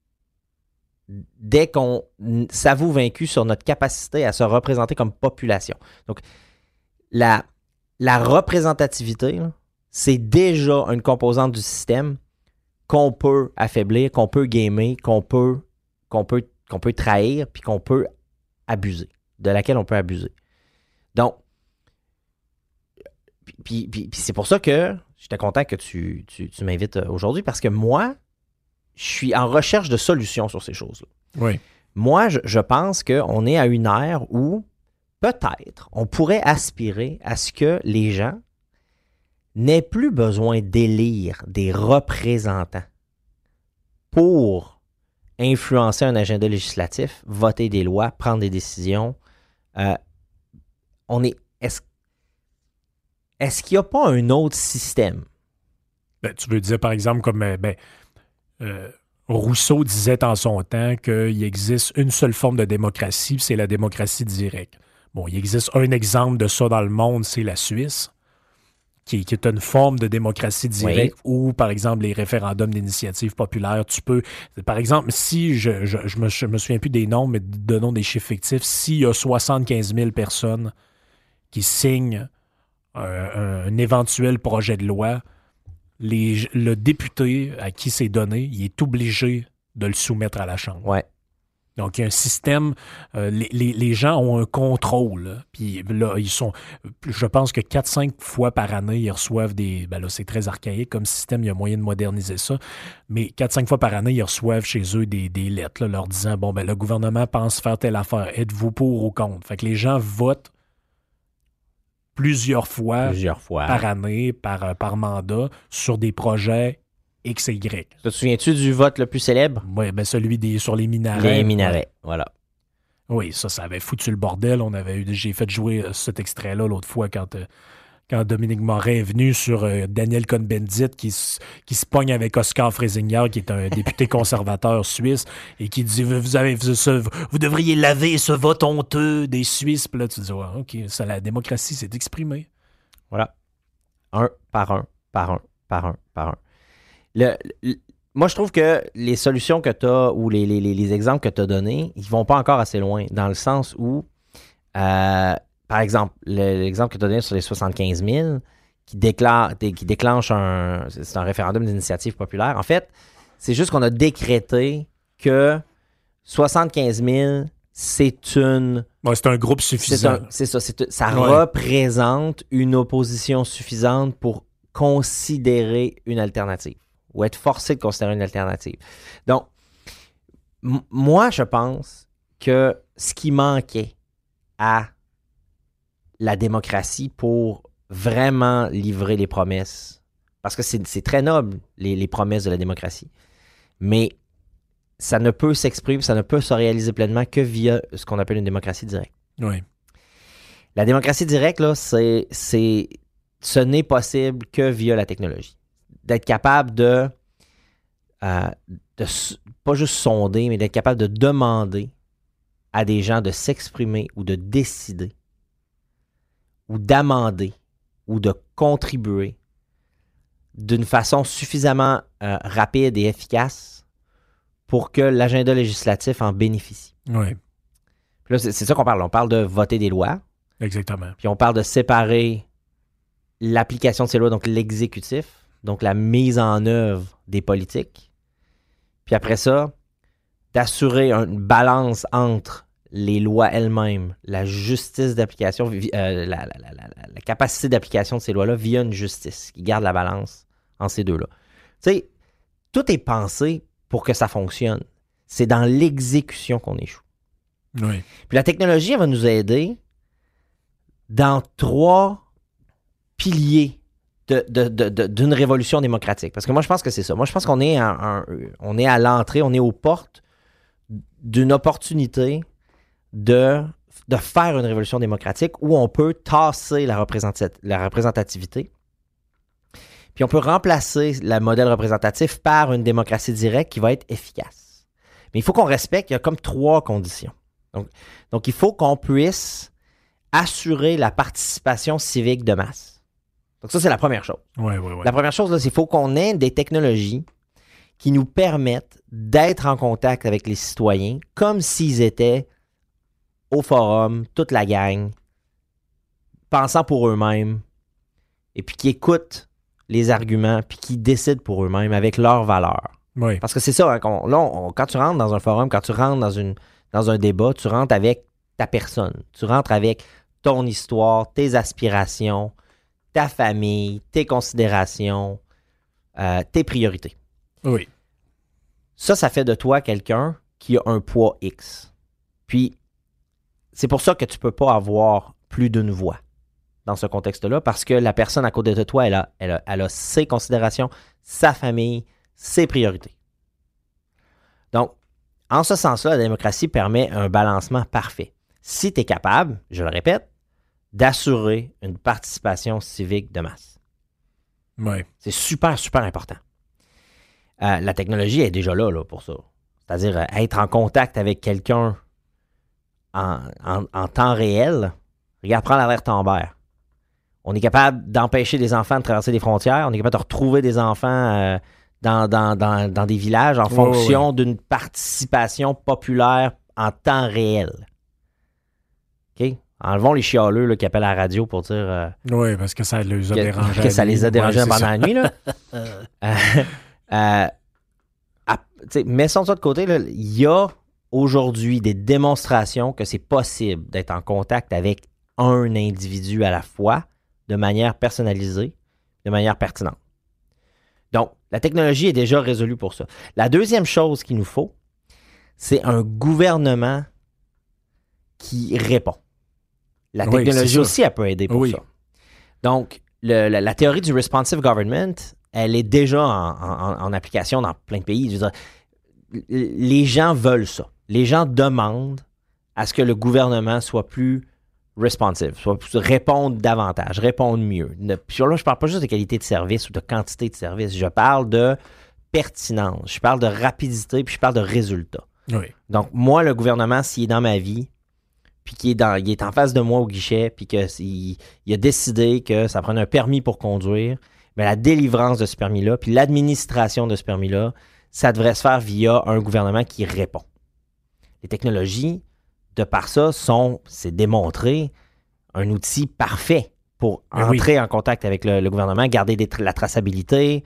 qu'on s'avoue vaincu sur notre capacité à se représenter comme population. Donc, la représentativité, là, c'est déjà une composante du système qu'on peut affaiblir, qu'on peut gamer, qu'on peut trahir, puis qu'on peut abuser, de laquelle on peut abuser. Donc, Puis c'est pour ça que j'étais content que tu m'invites aujourd'hui, parce que moi, je suis en recherche de solutions sur ces choses-là. Oui. Moi, je pense qu'on est à une ère où peut-être on pourrait aspirer à ce que les gens n'aient plus besoin d'élire des représentants pour influencer un agenda législatif, voter des lois, prendre des décisions. Est-ce qu'il n'y a pas un autre système? Ben, tu veux dire, par exemple, comme Rousseau disait en son temps qu'il existe une seule forme de démocratie, c'est la démocratie directe. Bon, il existe un exemple de ça dans le monde, c'est la Suisse, qui est une forme de démocratie directe où, par exemple, les référendums d'initiative populaire, tu peux... Par exemple, si, je me souviens plus des noms, mais donnons des chiffres fictifs, s'il y a 75 000 personnes qui signent un éventuel projet de loi, le député à qui c'est donné, il est obligé de le soumettre à la Chambre. Ouais. Donc, il y a un système, les gens ont un contrôle. Puis là, je pense que 4-5 fois par année, ils reçoivent ben là, c'est très archaïque comme système, il y a moyen de moderniser ça, mais 4-5 fois par année, ils reçoivent chez eux des lettres, là, leur disant, bon, ben le gouvernement pense faire telle affaire, êtes-vous pour ou contre? Fait que les gens votent plusieurs fois par année, par mandat, sur des projets X et Y. Te souviens-tu du vote le plus célèbre? Oui, ben celui sur les minarets. Les minarets, voilà. Oui, ça avait foutu le bordel. J'ai fait jouer cet extrait-là l'autre fois quand Dominique Morin est venu sur Daniel Cohn-Bendit qui se pogne avec Oscar Freisinger, qui est un député conservateur suisse, et qui dit vous devriez laver ce vote honteux des Suisses. Puis là, tu dis OK, ça, la démocratie s'est exprimée. Voilà. Un par un. Moi, je trouve que les solutions que tu as ou les exemples que tu as donnés, ils ne vont pas encore assez loin, dans le sens où, par exemple, l'exemple que tu as donné sur les 75 000 qui déclenche c'est un référendum d'initiative populaire. En fait, c'est juste qu'on a décrété que 75 000, c'est un groupe suffisant. C'est ça. Ça représente une opposition suffisante pour considérer une alternative ou être forcé de considérer une alternative. Donc, moi, je pense que ce qui manquait à la démocratie pour vraiment livrer les promesses, parce que c'est très noble, les promesses de la démocratie, mais ça ne peut s'exprimer, ça ne peut se réaliser pleinement que via ce qu'on appelle une démocratie directe. Oui. La démocratie directe, là, ce n'est possible que via la technologie. D'être capable de pas juste sonder, mais d'être capable de demander à des gens de s'exprimer ou de décider ou d'amender ou de contribuer d'une façon suffisamment rapide et efficace pour que l'agenda législatif en bénéficie. Oui. Puis là, c'est ça qu'on parle. On parle de voter des lois. Exactement. Puis on parle de séparer l'application de ces lois, donc l'exécutif, donc la mise en œuvre des politiques. Puis après ça, d'assurer une balance entre les lois elles-mêmes, la justice d'application, la capacité d'application de ces lois-là via une justice qui garde la balance entre ces deux-là. Tu sais, tout est pensé pour que ça fonctionne. C'est dans l'exécution qu'on échoue. Oui. Puis la technologie, elle va nous aider dans 3 piliers d'une révolution démocratique. Parce que moi, je pense que c'est ça. Moi, je pense qu'on est on est à l'entrée, on est aux portes d'une opportunité de faire une révolution démocratique où on peut tasser la représentativité. Puis on peut remplacer le modèle représentatif par une démocratie directe qui va être efficace. Mais il faut qu'on respecte, il y a comme 3 conditions. Donc il faut qu'on puisse assurer la participation civique de masse. Donc ça, c'est la première chose. Oui. La première chose, là, c'est qu'il faut qu'on ait des technologies qui nous permettent d'être en contact avec les citoyens comme s'ils étaient au forum, toute la gang, pensant pour eux-mêmes, et puis qui écoutent les arguments, puis qui décident pour eux-mêmes avec leurs valeurs. Oui. Parce que c'est ça, hein, quand tu rentres dans un forum, quand tu rentres dans un débat, tu rentres avec ta personne. Tu rentres avec ton histoire, tes aspirations, ta famille, tes considérations, tes priorités. Oui. Ça fait de toi quelqu'un qui a un poids X. Puis, c'est pour ça que tu ne peux pas avoir plus d'une voix dans ce contexte-là, parce que la personne à côté de toi, elle a ses considérations, sa famille, ses priorités. Donc, en ce sens-là, la démocratie permet un balancement parfait. Si tu es capable, je le répète, d'assurer une participation civique de masse. Oui. C'est super, super important. La technologie est déjà là pour ça. C'est-à-dire être en contact avec quelqu'un en temps réel. Regarde, prends l'alerte Amber. On est capable d'empêcher des enfants de traverser des frontières. On est capable de retrouver des enfants dans des villages en fonction d'une participation populaire en temps réel. OK? Enlevons les chialeux là, qui appellent à la radio pour dire... oui, parce que ça les a dérangés. Que ça les a dérangés pendant la nuit. Mettons ça de côté. Il y a aujourd'hui des démonstrations que c'est possible d'être en contact avec un individu à la fois de manière personnalisée, de manière pertinente. Donc, la technologie est déjà résolue pour ça. La deuxième chose qu'il nous faut, c'est un gouvernement qui répond. La technologie aussi, elle peut aider pour ça. Donc, la théorie du responsive government, elle est déjà en application dans plein de pays. Je veux dire, les gens veulent ça. Les gens demandent à ce que le gouvernement soit plus responsive, répondre davantage, répondre mieux. Puis là, je ne parle pas juste de qualité de service ou de quantité de service. Je parle de pertinence, je parle de rapidité, puis je parle de résultats. Oui. Donc, moi, le gouvernement, s'il est dans ma vie, puis qu'il est en face de moi au guichet, puis qu'il a décidé que ça prenne un permis pour conduire, bien, la délivrance de ce permis-là, puis l'administration de ce permis-là, ça devrait se faire via un gouvernement qui répond. Les technologies, de par ça, c'est démontré, un outil parfait pour entrer en contact avec le gouvernement, garder la traçabilité.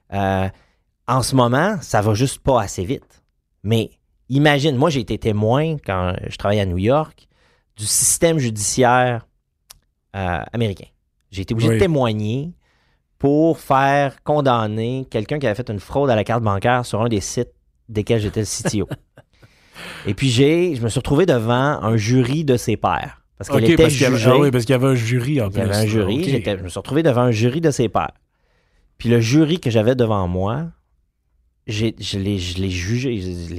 En ce moment, ça va juste pas assez vite. Mais imagine, moi, j'ai été témoin, quand je travaillais à New York, du système judiciaire américain. J'ai été obligé de témoigner pour faire condamner quelqu'un qui avait fait une fraude à la carte bancaire sur un des sites desquels j'étais le CTO. Et puis, je me suis retrouvé devant un jury de ses pairs. Parce qu'elle était jugée. Oui, parce qu'il y avait un jury en plus. Il y avait un jury. Je me suis retrouvé devant un jury de ses pairs. Puis le jury que j'avais devant moi, je l'ai jugé.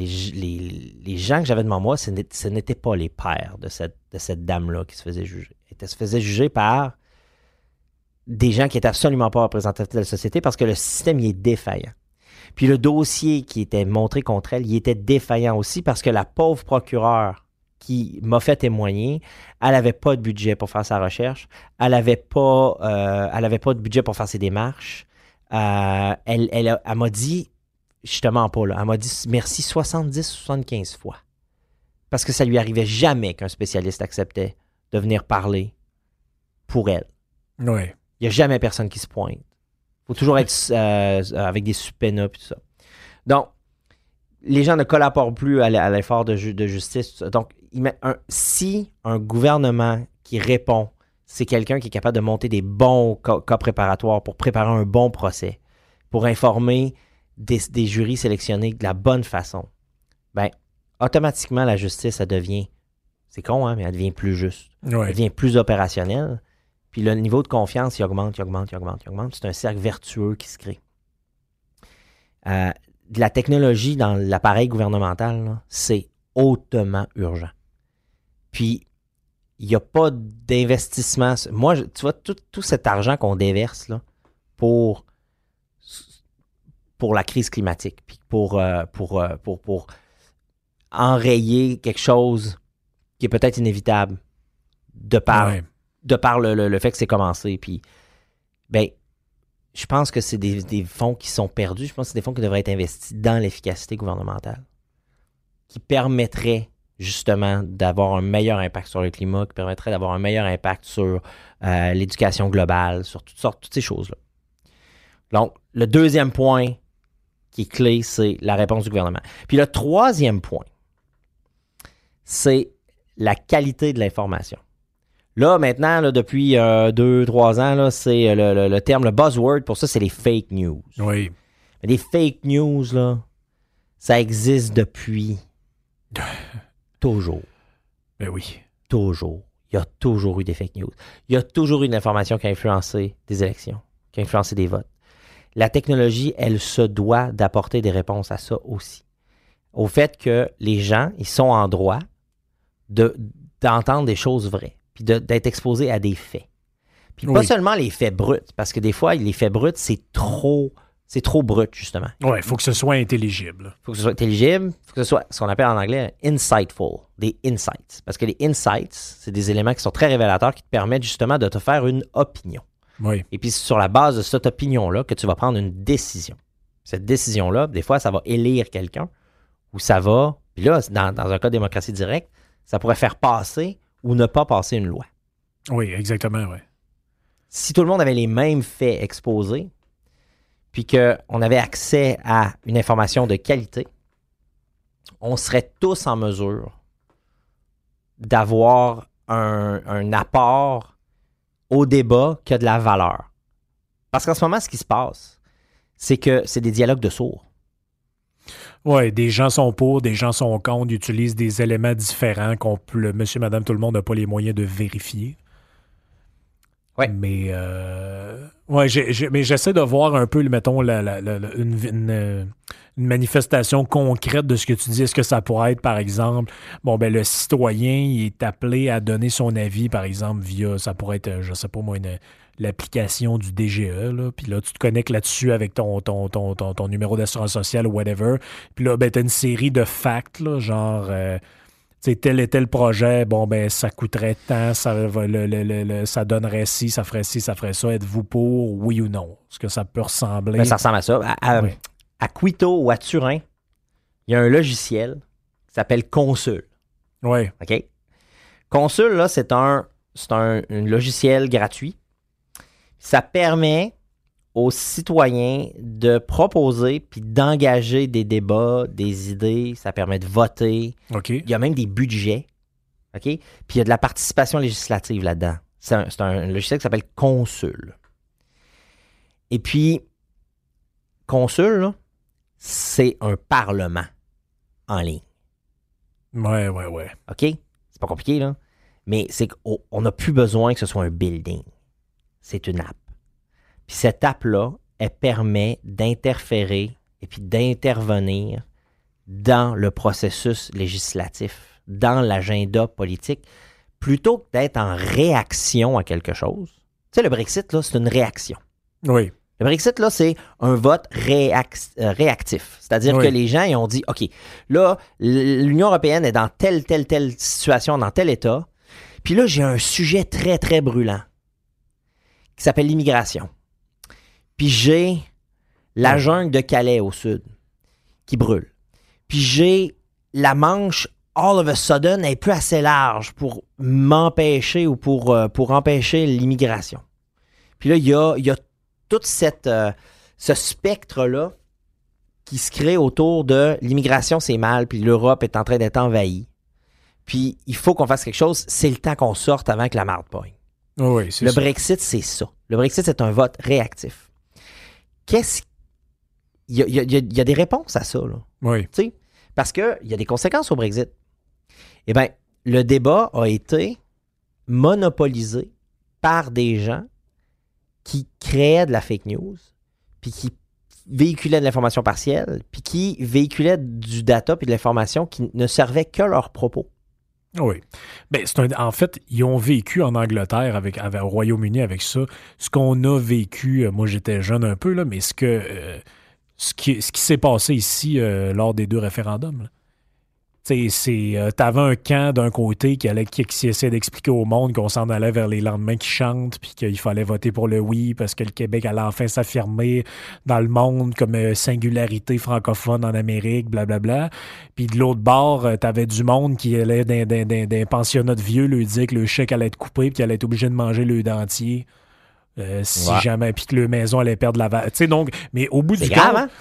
Les gens que j'avais devant moi, ce n'étaient pas les pairs de cette dame-là qui se faisait juger. Elle se faisait juger par des gens qui n'étaient absolument pas représentatifs de la société parce que le système y est défaillant. Puis le dossier qui était montré contre elle, il était défaillant aussi parce que la pauvre procureure qui m'a fait témoigner, elle n'avait pas de budget pour faire sa recherche, elle n'avait pas de budget pour faire ses démarches. Elle m'a dit, justement pas là, elle m'a dit merci 70-75 fois. Parce que ça lui arrivait jamais qu'un spécialiste acceptait de venir parler pour elle. Oui. Il n'y a jamais personne qui se pointe. Il faut toujours être avec des subpoenas et tout ça. Donc, les gens ne collaborent plus à l'effort de justice. Donc, si un gouvernement qui répond, c'est quelqu'un qui est capable de monter des bons cas préparatoires pour préparer un bon procès, pour informer des jurys sélectionnés de la bonne façon, bien, automatiquement, la justice, elle devient, c'est con, hein, mais elle devient plus juste. Oui. Elle devient plus opérationnelle. Puis le niveau de confiance, il augmente. C'est un cercle vertueux qui se crée. De la technologie dans l'appareil gouvernemental, là, c'est hautement urgent. Puis, il n'y a pas d'investissement. Moi, tu vois, tout cet argent qu'on déverse là, pour la crise climatique, puis pour enrayer quelque chose qui est peut-être inévitable de par le fait que c'est commencé. Puis, ben, je pense que c'est des fonds qui sont perdus. Je pense que c'est des fonds qui devraient être investis dans l'efficacité gouvernementale, qui permettraient justement d'avoir un meilleur impact sur le climat, qui permettrait d'avoir un meilleur impact sur l'éducation globale, sur toutes ces choses-là. Donc, le deuxième point qui est clé, c'est la réponse du gouvernement. Puis le troisième point, c'est la qualité de l'information. Là, maintenant, là, depuis 2-3 ans, là, c'est le terme, le buzzword pour ça, c'est les fake news. Oui. Mais les fake news, là, ça existe depuis toujours. Ben oui. Toujours. Il y a toujours eu des fake news. Il y a toujours eu une information qui a influencé des élections, qui a influencé des votes. La technologie, elle se doit d'apporter des réponses à ça aussi. Au fait que les gens, ils sont en droit d'entendre des choses vraies, puis d'être exposés à des faits. Puis pas seulement les faits bruts, parce que des fois, les faits bruts, c'est trop brut, justement. Oui, il faut que ce soit intelligible. Il faut que ce soit intelligible, il faut que ce soit ce qu'on appelle en anglais insightful, des insights. Parce que les insights, c'est des éléments qui sont très révélateurs qui te permettent justement de te faire une opinion. Oui. Et puis, c'est sur la base de cette opinion-là que tu vas prendre une décision. Cette décision-là, des fois, ça va élire quelqu'un ou ça va, puis là, dans un cas de démocratie directe, ça pourrait faire passer ou ne pas passer une loi. Oui, exactement, oui. Si tout le monde avait les mêmes faits exposés, puis qu'on avait accès à une information de qualité, on serait tous en mesure d'avoir un apport au débat qui a de la valeur. Parce qu'en ce moment, ce qui se passe, c'est que c'est des dialogues de sourds. Oui, des gens sont pour, des gens sont contre, ils utilisent des éléments différents le monsieur, madame, tout le monde n'a pas les moyens de vérifier. Ouais. Mais mais j'essaie de voir un peu, mettons, une manifestation concrète de ce que tu dis. Est-ce que ça pourrait être, par exemple, le citoyen, il est appelé à donner son avis, par exemple, via, ça pourrait être, je sais pas moi, l'application du DGE, là, puis là, tu te connectes là-dessus avec ton numéro d'assurance sociale ou whatever, puis là, t'as une série de facts, là, genre... tel et tel projet, ça coûterait tant, ça donnerait ci, ça ferait ci, ça ferait ça. Êtes-vous pour, oui ou non? Est-ce que ça peut ressembler? Ça ressemble à ça. À Quito ou à Turin, il y a un logiciel qui s'appelle Consul. Oui. OK? Consul, là, c'est un logiciel gratuit. Ça permet aux citoyens de proposer puis d'engager des débats, des idées. Ça permet de voter. OK. Il y a même des budgets. OK? Puis il y a de la participation législative là-dedans. C'est un logiciel qui s'appelle Consul. Et puis, Consul, là, c'est un parlement en ligne. Ouais. OK? C'est pas compliqué, là. Mais c'est qu'on n'a plus besoin que ce soit un building. C'est une app. Puis cette app-là, elle permet d'interférer et puis d'intervenir dans le processus législatif, dans l'agenda politique, plutôt que d'être en réaction à quelque chose. Tu sais, le Brexit, là, c'est une réaction. Oui. Le Brexit, là, c'est un vote réactif. C'est-à-dire que les gens, ils ont dit, OK, là, l'Union européenne est dans telle situation, dans tel État, puis là, j'ai un sujet très, très brûlant qui s'appelle l'immigration. Puis j'ai la jungle de Calais au sud qui brûle. Puis j'ai la Manche, all of a sudden, elle n'est plus assez large pour m'empêcher ou pour empêcher l'immigration. Puis là, il y a tout ce spectre-là qui se crée autour de l'immigration, c'est mal, puis l'Europe est en train d'être envahie. Puis il faut qu'on fasse quelque chose, c'est le temps qu'on sorte avant que la marde pogne. Oui, c'est le ça. Brexit, c'est ça. Le Brexit, c'est un vote réactif. Il y a des réponses à ça, là. Oui. T'sais? Parce qu'il y a des conséquences au Brexit. Eh bien, le débat a été monopolisé par des gens qui créaient de la fake news, puis qui véhiculaient de l'information partielle, puis qui véhiculaient du data puis de l'information qui ne servait que leurs propos. Oui. En fait, ils ont vécu en Angleterre, au Royaume-Uni avec ça. Ce qu'on a vécu, moi j'étais jeune un peu, là, mais ce qui s'est passé ici lors des 2 référendums, là. T'avais un camp d'un côté qui essayait d'expliquer au monde qu'on s'en allait vers les lendemains qui chantent, puis qu'il fallait voter pour le oui parce que le Québec allait enfin s'affirmer dans le monde comme singularité francophone en Amérique, blablabla. Puis de l'autre bord, t'avais du monde qui allait d'un pensionnat de vieux, lui dire que le chèque allait être coupé, puis qu'il allait être obligé de manger le dentier. Si jamais, puis que leur maison allait perdre la valeur. Donc, mais au bout du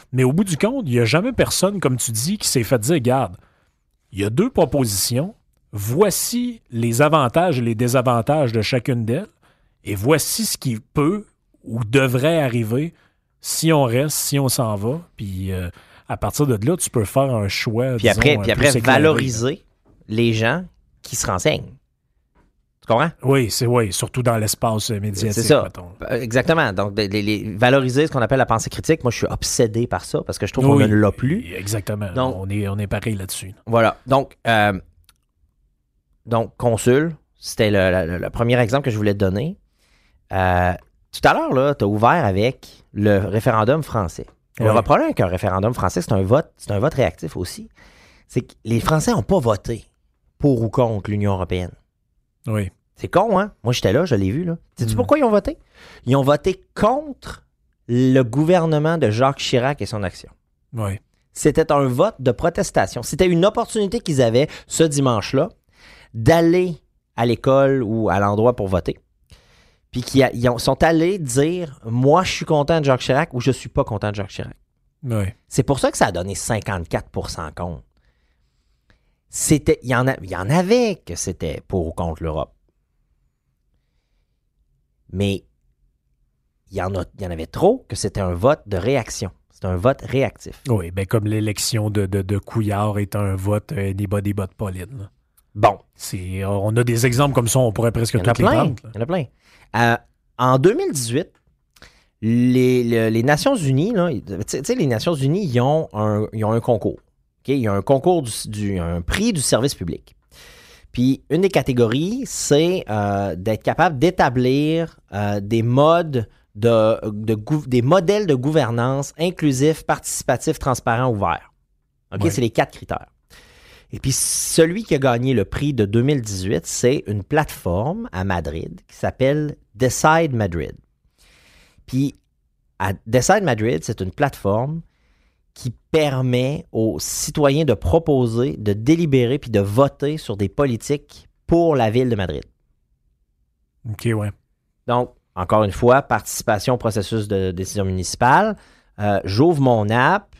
compte, il n'y a jamais personne, comme tu dis, qui s'est fait dire, regarde, il y a 2 propositions. voici les avantages et les désavantages de chacune d'elles, et voici ce qui peut ou devrait arriver si on reste, si on s'en va. Puis à partir de là, tu peux faire un choix. Puis après valoriser les gens qui se renseignent. Tu comprends? Oui, surtout dans l'espace médiatique. C'est ça. Mettons. Exactement. Donc, valoriser ce qu'on appelle la pensée critique. Moi, je suis obsédé par ça parce que je trouve qu'on ne l'a plus. Exactement. Donc, on est pareil là-dessus. Voilà. Donc, Consul, c'était le premier exemple que je voulais te donner. Tout à l'heure, tu as ouvert avec le référendum français. Le problème avec un référendum français, c'est un vote réactif aussi. C'est que les Français n'ont pas voté pour ou contre l'Union européenne. Oui. C'est con, hein? Moi, j'étais là, je l'ai vu, là. Sais-tu pourquoi ils ont voté? Ils ont voté contre le gouvernement de Jacques Chirac et son action. Oui. C'était un vote de protestation. C'était une opportunité qu'ils avaient ce dimanche-là d'aller à l'école ou à l'endroit pour voter. Puis ils sont allés dire « Moi, je suis content de Jacques Chirac » ou « Je suis pas content de Jacques Chirac ». Oui. C'est pour ça que ça a donné 54% contre. Il y en avait que c'était pour ou contre l'Europe. Mais il y en avait trop que c'était un vote de réaction. C'est un vote réactif. Oui, bien comme l'élection de Couillard est un vote anybody but Pauline. Bon. On a des exemples comme ça, on pourrait presque toutes les prendre. Il y en a plein. En 2018, les Nations Unies, tu sais, les Nations Unies, ils ont un concours. Okay? Il y a un concours, un prix du service public. Puis, une des catégories, c'est d'être capable d'établir des modèles de gouvernance inclusifs, participatifs, transparents, ouverts. Okay? Ouais. C'est les 4 critères. Et puis, celui qui a gagné le prix de 2018, c'est une plateforme à Madrid qui s'appelle Decide Madrid. Puis, Decide Madrid, c'est une plateforme qui permet aux citoyens de proposer, de délibérer puis de voter sur des politiques pour la ville de Madrid. OK, ouais. Donc, encore une fois, participation au processus de décision municipale. J'ouvre mon app.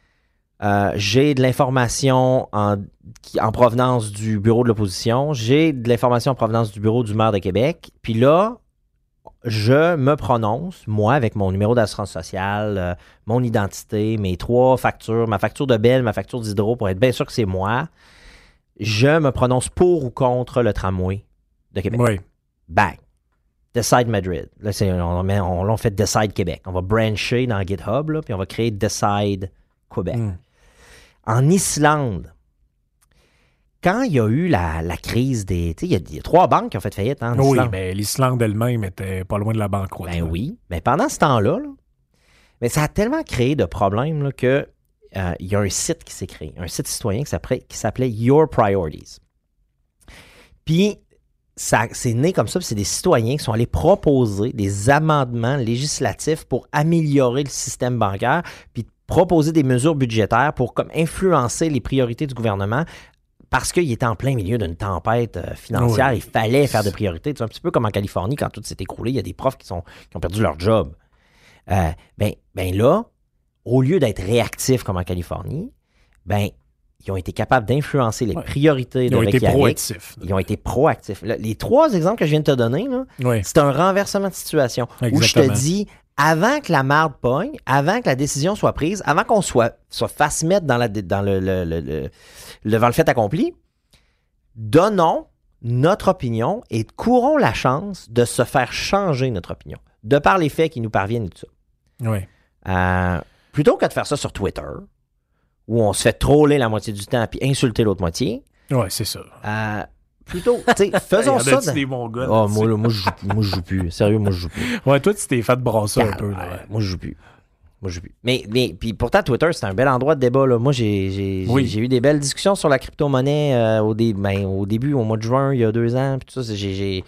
J'ai de l'information en provenance du bureau de l'opposition. J'ai de l'information en provenance du bureau du maire de Québec. Puis là, je me prononce, moi, avec mon numéro d'assurance sociale, mon identité, mes 3 factures, ma facture de Bell, ma facture d'Hydro, pour être bien sûr que c'est moi. Je me prononce pour ou contre le tramway de Québec. Oui. Bang. Decide Madrid. Là, on fait Decide Québec. On va brancher dans GitHub, là, puis on va créer Decide Québec. En Islande, quand il y a eu la crise des... Tu sais, il y a 3 banques qui ont fait faillite en Islande. Oui, mais l'Islande elle-même était pas loin de la banqueroute. Ben oui. Mais pendant ce temps-là, mais ça a tellement créé de problèmes là, que il y a un site qui s'est créé, un site citoyen qui s'appelait Your Priorities. Puis, c'est né comme ça, puis c'est des citoyens qui sont allés proposer des amendements législatifs pour améliorer le système bancaire, puis proposer des mesures budgétaires pour comme influencer les priorités du gouvernement parce qu'il était en plein milieu d'une tempête financière. Oui. Il fallait faire des priorités. C'est un petit peu comme en Californie, quand tout s'est écroulé, il y a des profs qui ont perdu leur job. Ben là, au lieu d'être réactifs comme en Californie, ils ont été capables d'influencer les priorités de Reykjavik. Ils ont été proactifs. Ils ont été proactifs. Là, les 3 exemples que je viens de te donner, là, c'est un renversement de situation. Exactement. Où je te dis, avant que la marde pogne, avant que la décision soit prise, avant qu'on soit fasse mettre devant le fait accompli, donnons notre opinion et courons la chance de se faire changer notre opinion, de par les faits qui nous parviennent et tout ça. Oui. Plutôt que de faire ça sur Twitter, où on se fait troller la moitié du temps puis insulter l'autre moitié. Oui, c'est ça. Plutôt, tu sais, faisons ça. Des bons gars, moi, je joue plus. Sérieux, moi, je joue plus. Ouais, toi, tu t'es fait brasser un peu. Là, moi, je joue plus. Mais puis pourtant, Twitter, c'est un bel endroit de débat. Là. Moi, j'ai eu des belles discussions sur la crypto-monnaie au début, au mois de juin, il y a 2 ans. Puis tout ça,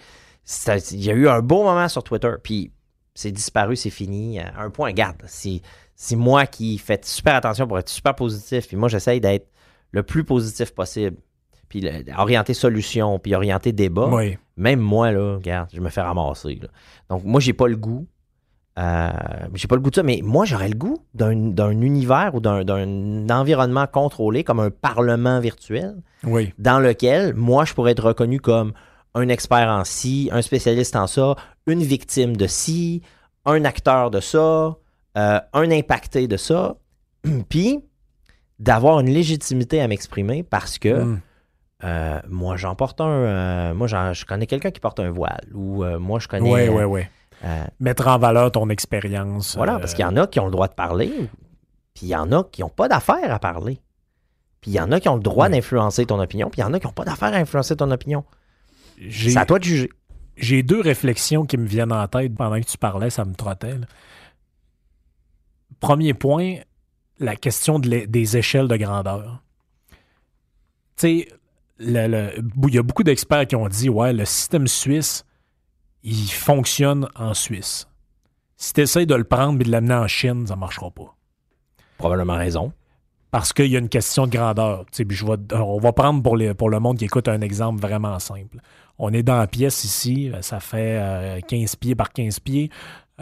il y a eu un beau moment sur Twitter. Puis c'est disparu, c'est fini. Un point, regarde, c'est moi qui fais super attention pour être super positif. Puis moi, j'essaye d'être le plus positif possible. Puis orienter solution, puis orienter débat. Oui. Même moi, là, regarde, je me fais ramasser. Là. Donc, moi, j'ai pas le goût J'ai pas le goût de ça, mais moi, j'aurais le goût d'un univers ou d'un environnement contrôlé comme un parlement virtuel dans lequel, moi, je pourrais être reconnu comme un expert en ci, un spécialiste en ça, une victime de ci, un acteur de ça, un impacté de ça, puis d'avoir une légitimité à m'exprimer parce que moi, j'en porte un... je connais quelqu'un qui porte un voile ou moi, je connais... Oui. Mettre en valeur ton expérience. Voilà, parce qu'il y en a qui ont le droit de parler, puis il y en a qui n'ont pas d'affaire à parler. Puis il y en a qui ont le droit d'influencer ton opinion, puis il y en a qui n'ont pas d'affaire à influencer ton opinion. C'est à toi de juger. J'ai 2 réflexions qui me viennent en tête pendant que tu parlais, ça me trottait. Là. Premier point, la question des échelles de grandeur. Tu sais, il y a beaucoup d'experts qui ont dit, ouais, le système suisse, il fonctionne en Suisse. Si tu essaies de le prendre et de l'amener en Chine, ça ne marchera pas. Probablement raison. Parce qu'il y a une question de grandeur. On va prendre pour le monde qui écoute un exemple vraiment simple. On est dans la pièce ici, ça fait 15 pieds par 15 pieds.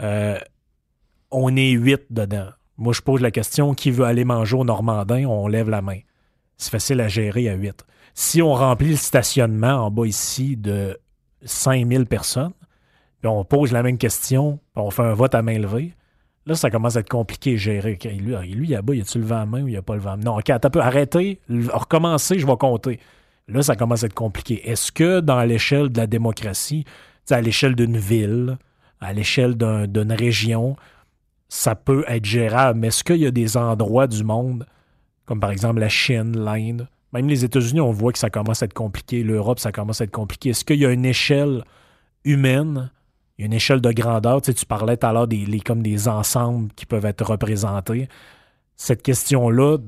On est 8 dedans. Moi, je pose la question, qui veut aller manger au Normandin? On lève la main. C'est facile à gérer à 8. Si on remplit le stationnement en bas ici de 5000 personnes, puis on pose la même question, puis on fait un vote à main levée, là, ça commence à être compliqué à gérer. Lui, là-bas, y a-tu le vent à main ou il n'y a pas le vent à main? Non, OK, attends, arrêtez, recommencer, je vais compter. Là, ça commence à être compliqué. Est-ce que dans l'échelle de la démocratie, à l'échelle d'une ville, à l'échelle d'une région, ça peut être gérable, mais est-ce qu'il y a des endroits du monde, comme par exemple la Chine, l'Inde, même les États-Unis, on voit que ça commence à être compliqué, l'Europe, ça commence à être compliqué. Est-ce qu'il y a une échelle humaine, une échelle de grandeur? Tu parlais tout à l'heure comme des ensembles qui peuvent être représentés. Cette question-là,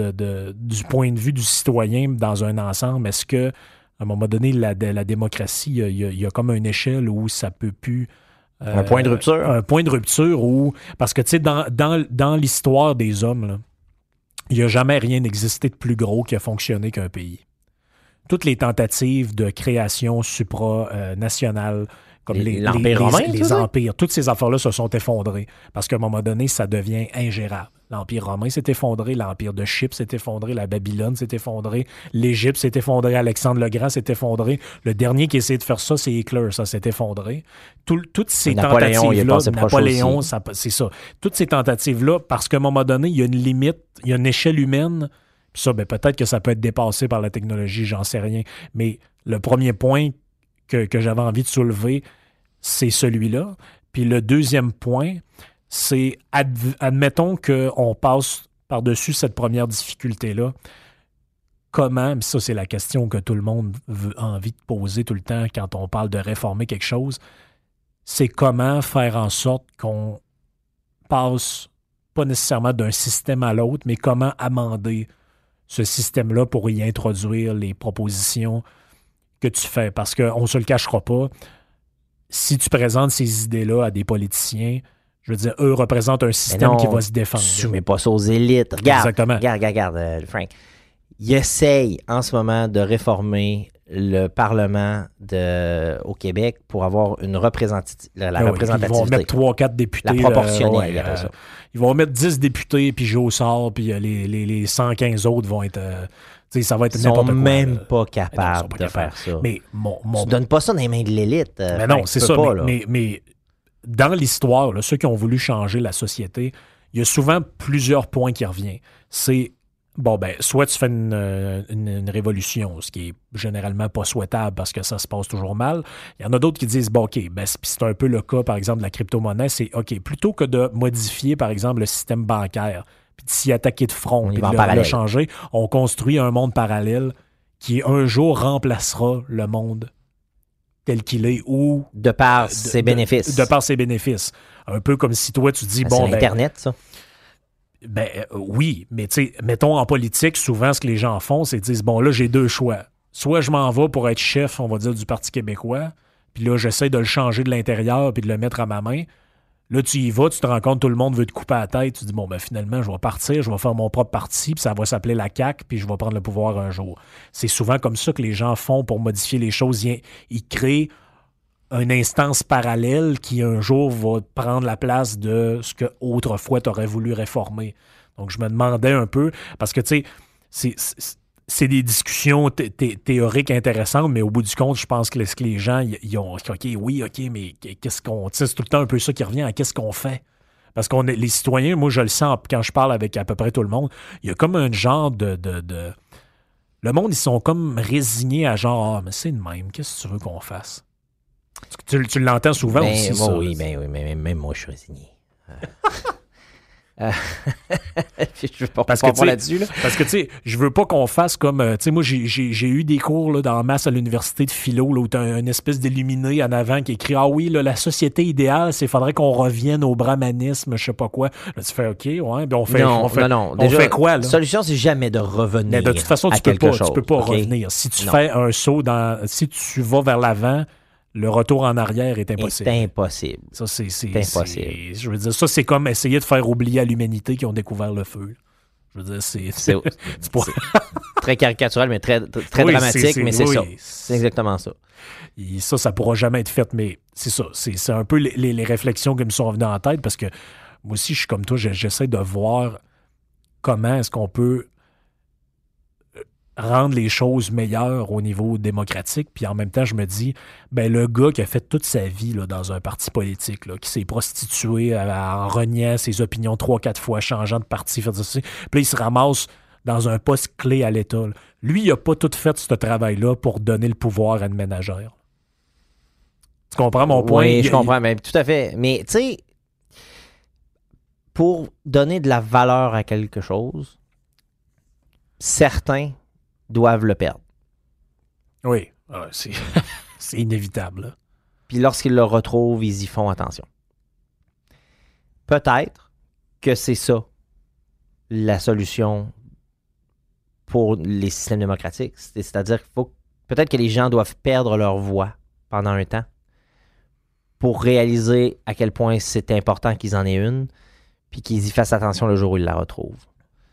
du point de vue du citoyen dans un ensemble, est-ce que, à un moment donné, la démocratie, il y a comme une échelle où ça peut plus... un point de rupture? Un point de rupture où... Parce que, tu sais, dans l'histoire des hommes, là, il n'y a jamais rien existé de plus gros qui a fonctionné qu'un pays. Toutes les tentatives de création supranationale, comme l'Empire romain, les empires, toutes ces affaires-là se sont effondrées parce qu'à un moment donné, ça devient ingérable. L'Empire romain s'est effondré, l'Empire de Chypre s'est effondré, la Babylone s'est effondrée, l'Égypte s'est effondrée, Alexandre le Grand s'est effondré. Le dernier qui essayait de faire ça, c'est Hitler, ça s'est effondré. Toutes ces tentatives-là, Napoléon, c'est ça. Toutes ces tentatives-là, parce qu'à un moment donné, il y a une limite, il y a une échelle humaine. Puis ça, peut-être que ça peut être dépassé par la technologie, j'en sais rien. Mais le premier point que j'avais envie de soulever, c'est celui-là. Puis le deuxième point, c'est admettons qu'on passe par-dessus cette première difficulté-là. Comment, ça c'est la question que tout le monde a envie de poser tout le temps quand on parle de réformer quelque chose, c'est comment faire en sorte qu'on passe pas nécessairement d'un système à l'autre, mais comment amender ce système-là pour y introduire les propositions que tu fais. Parce qu'on ne se le cachera pas, si tu présentes ces idées-là à des politiciens, je veux dire, eux représentent un système qui va se défendre. Tu ne mets pas ça aux élites. Regarde, Frank. Il essaye en ce moment de réformer le Parlement au Québec pour avoir une représentativité. Ils vont mettre 3-4 députés. La proportionnelle, ça. Ils vont mettre 10 députés, puis Jossard, puis les 115 autres vont être... ça va être n'importe quoi. Ils sont même pas capables de faire ça. Mais tu donnes pas ça dans les mains de l'élite. Mais non, c'est ça. Mais dans l'histoire, là, ceux qui ont voulu changer la société, il y a souvent plusieurs points qui reviennent. C'est, soit tu fais une révolution, ce qui est généralement pas souhaitable parce que ça se passe toujours mal. Il y en a d'autres qui disent, c'est un peu le cas, par exemple, de la crypto-monnaie, c'est, OK, plutôt que de modifier, par exemple, le système bancaire, puis de s'y attaquer de front, puis de le changer, on construit un monde parallèle qui, un jour, remplacera le monde tel qu'il est ou... De par ses bénéfices. De par ses bénéfices. Un peu comme si toi, tu dis, c'est l'Internet, ça. Oui, mais tu sais, mettons en politique, souvent, ce que les gens font, c'est qu'ils disent, là, j'ai 2 choix. Soit je m'en vais pour être chef, on va dire, du Parti québécois, puis là, j'essaie de le changer de l'intérieur puis de le mettre à ma main. Là, tu y vas, tu te rends compte, tout le monde veut te couper la tête. Tu dis, finalement, je vais partir, je vais faire mon propre parti, puis ça va s'appeler la CAQ, puis je vais prendre le pouvoir un jour. C'est souvent comme ça que les gens font pour modifier les choses. Ils créent une instance parallèle qui un jour va prendre la place de ce que autrefois tu aurais voulu réformer. Donc, je me demandais un peu, parce que, tu sais, c'est des discussions théoriques intéressantes, mais au bout du compte, je pense que les gens, ils ont, OK, oui, OK, mais qu'est-ce qu'on... Tu sais, c'est tout le temps un peu ça qui revient à qu'est-ce qu'on fait. Parce qu'on est les citoyens, moi, je le sens quand je parle avec à peu près tout le monde, il y a comme un genre de... Le monde, ils sont comme résignés à genre, mais c'est de même, qu'est-ce que tu veux qu'on fasse? Tu l'entends souvent aussi, moi, ça. Oui, mais même moi, je suis résigné. Je veux pas répondre là-dessus. Là. Parce que, tu sais, je veux pas qu'on fasse comme... tu sais, moi, j'ai eu des cours là, dans masse à l'université de philo, là, où tu as une espèce d'illuminé en avant qui écrit « Ah oui, là, la société idéale, c'est faudrait qu'on revienne au brahmanisme, je sais pas quoi. » Là, tu fais « OK, ouais, puis on fait quoi, là? La solution, c'est jamais de revenir mais de toute façon, tu peux pas revenir. Si tu fais un saut si tu vas vers l'avant, le retour en arrière est impossible. C'est impossible. Ça, c'est impossible. Je veux dire, ça, c'est comme essayer de faire oublier à l'humanité qu'ils ont découvert le feu. Je veux dire, c'est très caricatural, mais très dramatique, mais c'est ça. C'est exactement ça. Et ça pourra jamais être fait, mais c'est ça. C'est un peu les réflexions qui me sont venues en tête, parce que moi aussi, je suis comme toi, j'essaie de voir comment est-ce qu'on peut rendre les choses meilleures au niveau démocratique, puis en même temps, je me dis, ben le gars qui a fait toute sa vie là, dans un parti politique, là, qui s'est prostitué en reniant ses opinions 3-4 fois, changeant de parti, puis là, il se ramasse dans un poste clé à l'État. Là. Lui, il n'a pas tout fait ce travail-là pour donner le pouvoir à une ménagère. Tu comprends mon point? Oui, je comprends, mais tout à fait. Mais, tu sais, pour donner de la valeur à quelque chose, certains doivent le perdre. Oui, c'est inévitable. Là. Puis lorsqu'ils le retrouvent, ils y font attention. Peut-être que c'est ça la solution pour les systèmes démocratiques. C'est-à-dire qu'il faut peut-être que les gens doivent perdre leur voix pendant un temps pour réaliser à quel point c'est important qu'ils en aient une, puis qu'ils y fassent attention le jour où ils la retrouvent.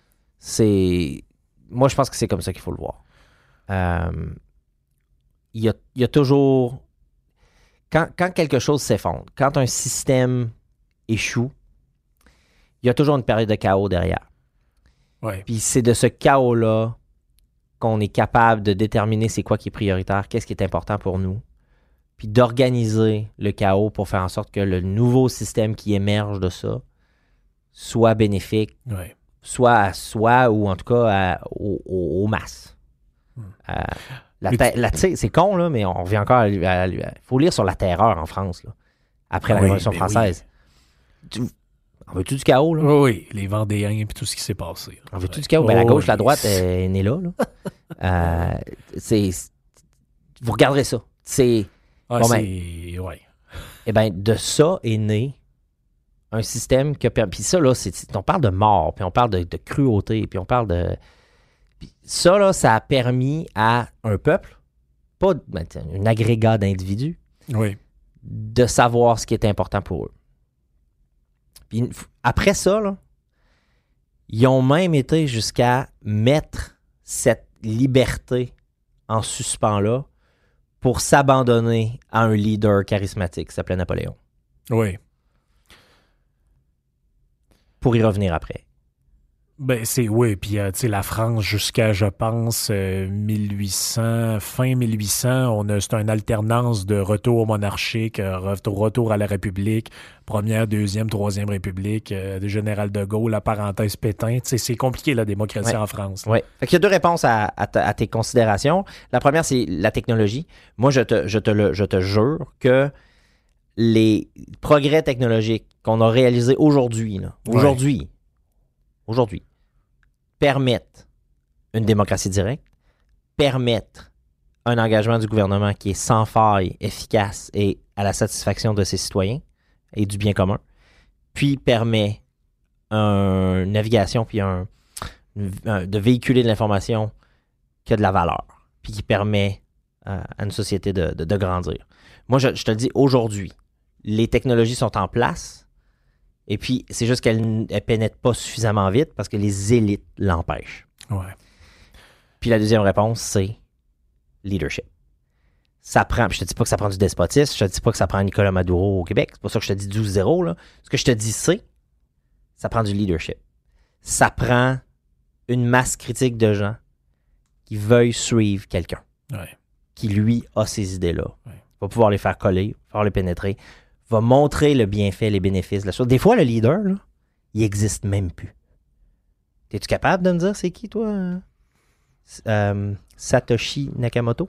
Moi, je pense que c'est comme ça qu'il faut le voir. Il y a toujours... Quand quelque chose s'effondre, quand un système échoue, il y a toujours une période de chaos derrière. Ouais. Puis c'est de ce chaos-là qu'on est capable de déterminer c'est quoi qui est prioritaire, qu'est-ce qui est important pour nous, puis d'organiser le chaos pour faire en sorte que le nouveau système qui émerge de ça soit bénéfique, soit à soi ou en tout cas aux masses. C'est con, là, mais on revient encore il faut lire sur la terreur en France, là, après la Révolution française. On veut-tu du chaos, là? Oui, les Vendéens et tout ce qui s'est passé. Là. On veut-tu du chaos? Ben, la gauche, la droite est née là. Vous regarderez ça. Eh bien, de ça est né un système qui a permis... Puis ça, là, on parle de mort, puis on parle de cruauté, puis on parle de... Puis ça, là, ça a permis à un peuple, pas un agrégat d'individus, de savoir ce qui est important pour eux. Puis après ça, là, ils ont même été jusqu'à mettre cette liberté en suspens-là pour s'abandonner à un leader charismatique qui s'appelait Napoléon. Oui. Pour y revenir après. Ben, puis tu sais, la France jusqu'à, je pense, fin 1800, c'est une alternance de retour monarchique, retour à la République, première, deuxième, troisième République, de Général de Gaulle, la parenthèse Pétain. Tu sais, c'est compliqué, la démocratie en France. Oui. Fait qu'il y a deux réponses à tes considérations. La première, c'est la technologie. Moi, je te jure que les progrès technologiques qu'on a réalisés aujourd'hui, permettent une démocratie directe, permettent un engagement du gouvernement qui est sans faille, efficace et à la satisfaction de ses citoyens et du bien commun, puis permet une navigation puis de véhiculer de l'information qui a de la valeur, puis qui permet à une société de grandir. Moi, je te le dis, aujourd'hui, les technologies sont en place, et puis c'est juste qu'elles ne pénètrent pas suffisamment vite parce que les élites l'empêchent. Ouais. Puis la deuxième réponse, c'est leadership. ça prend... Je te dis pas que ça prend du despotisme, je te dis pas que ça prend Nicolas Maduro au Québec. C'est pour ça que je te dis 12-0. Là. Ce que je te dis, c'est ça prend du leadership. Ça prend une masse critique de gens qui veuillent suivre quelqu'un. Ouais. Qui, lui, a ces idées-là. Ouais. Va pouvoir les faire coller, pouvoir les pénétrer, va montrer le bienfait, les bénéfices de la chose. Des fois, le leader, là, il n'existe même plus. Es-tu capable de me dire c'est qui, toi? Satoshi Nakamoto?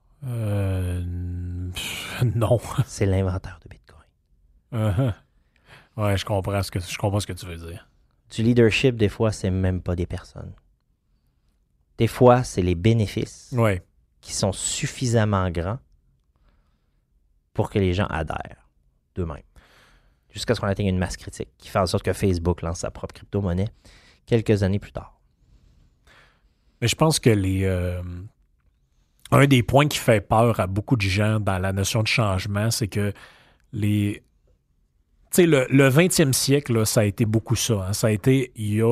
Non. C'est l'inventeur de Bitcoin. Ouais, je comprends ce que tu veux dire. Du leadership, des fois, c'est même pas des personnes. Des fois, c'est les bénéfices qui sont suffisamment grands pour que les gens adhèrent d'eux-mêmes. Jusqu'à ce qu'on atteigne une masse critique qui fait en sorte que Facebook lance sa propre crypto-monnaie quelques années plus tard. Mais je pense que un des points qui fait peur à beaucoup de gens dans la notion de changement, c'est que le 20e siècle, là, ça a été beaucoup ça. Hein. Ça a été, il y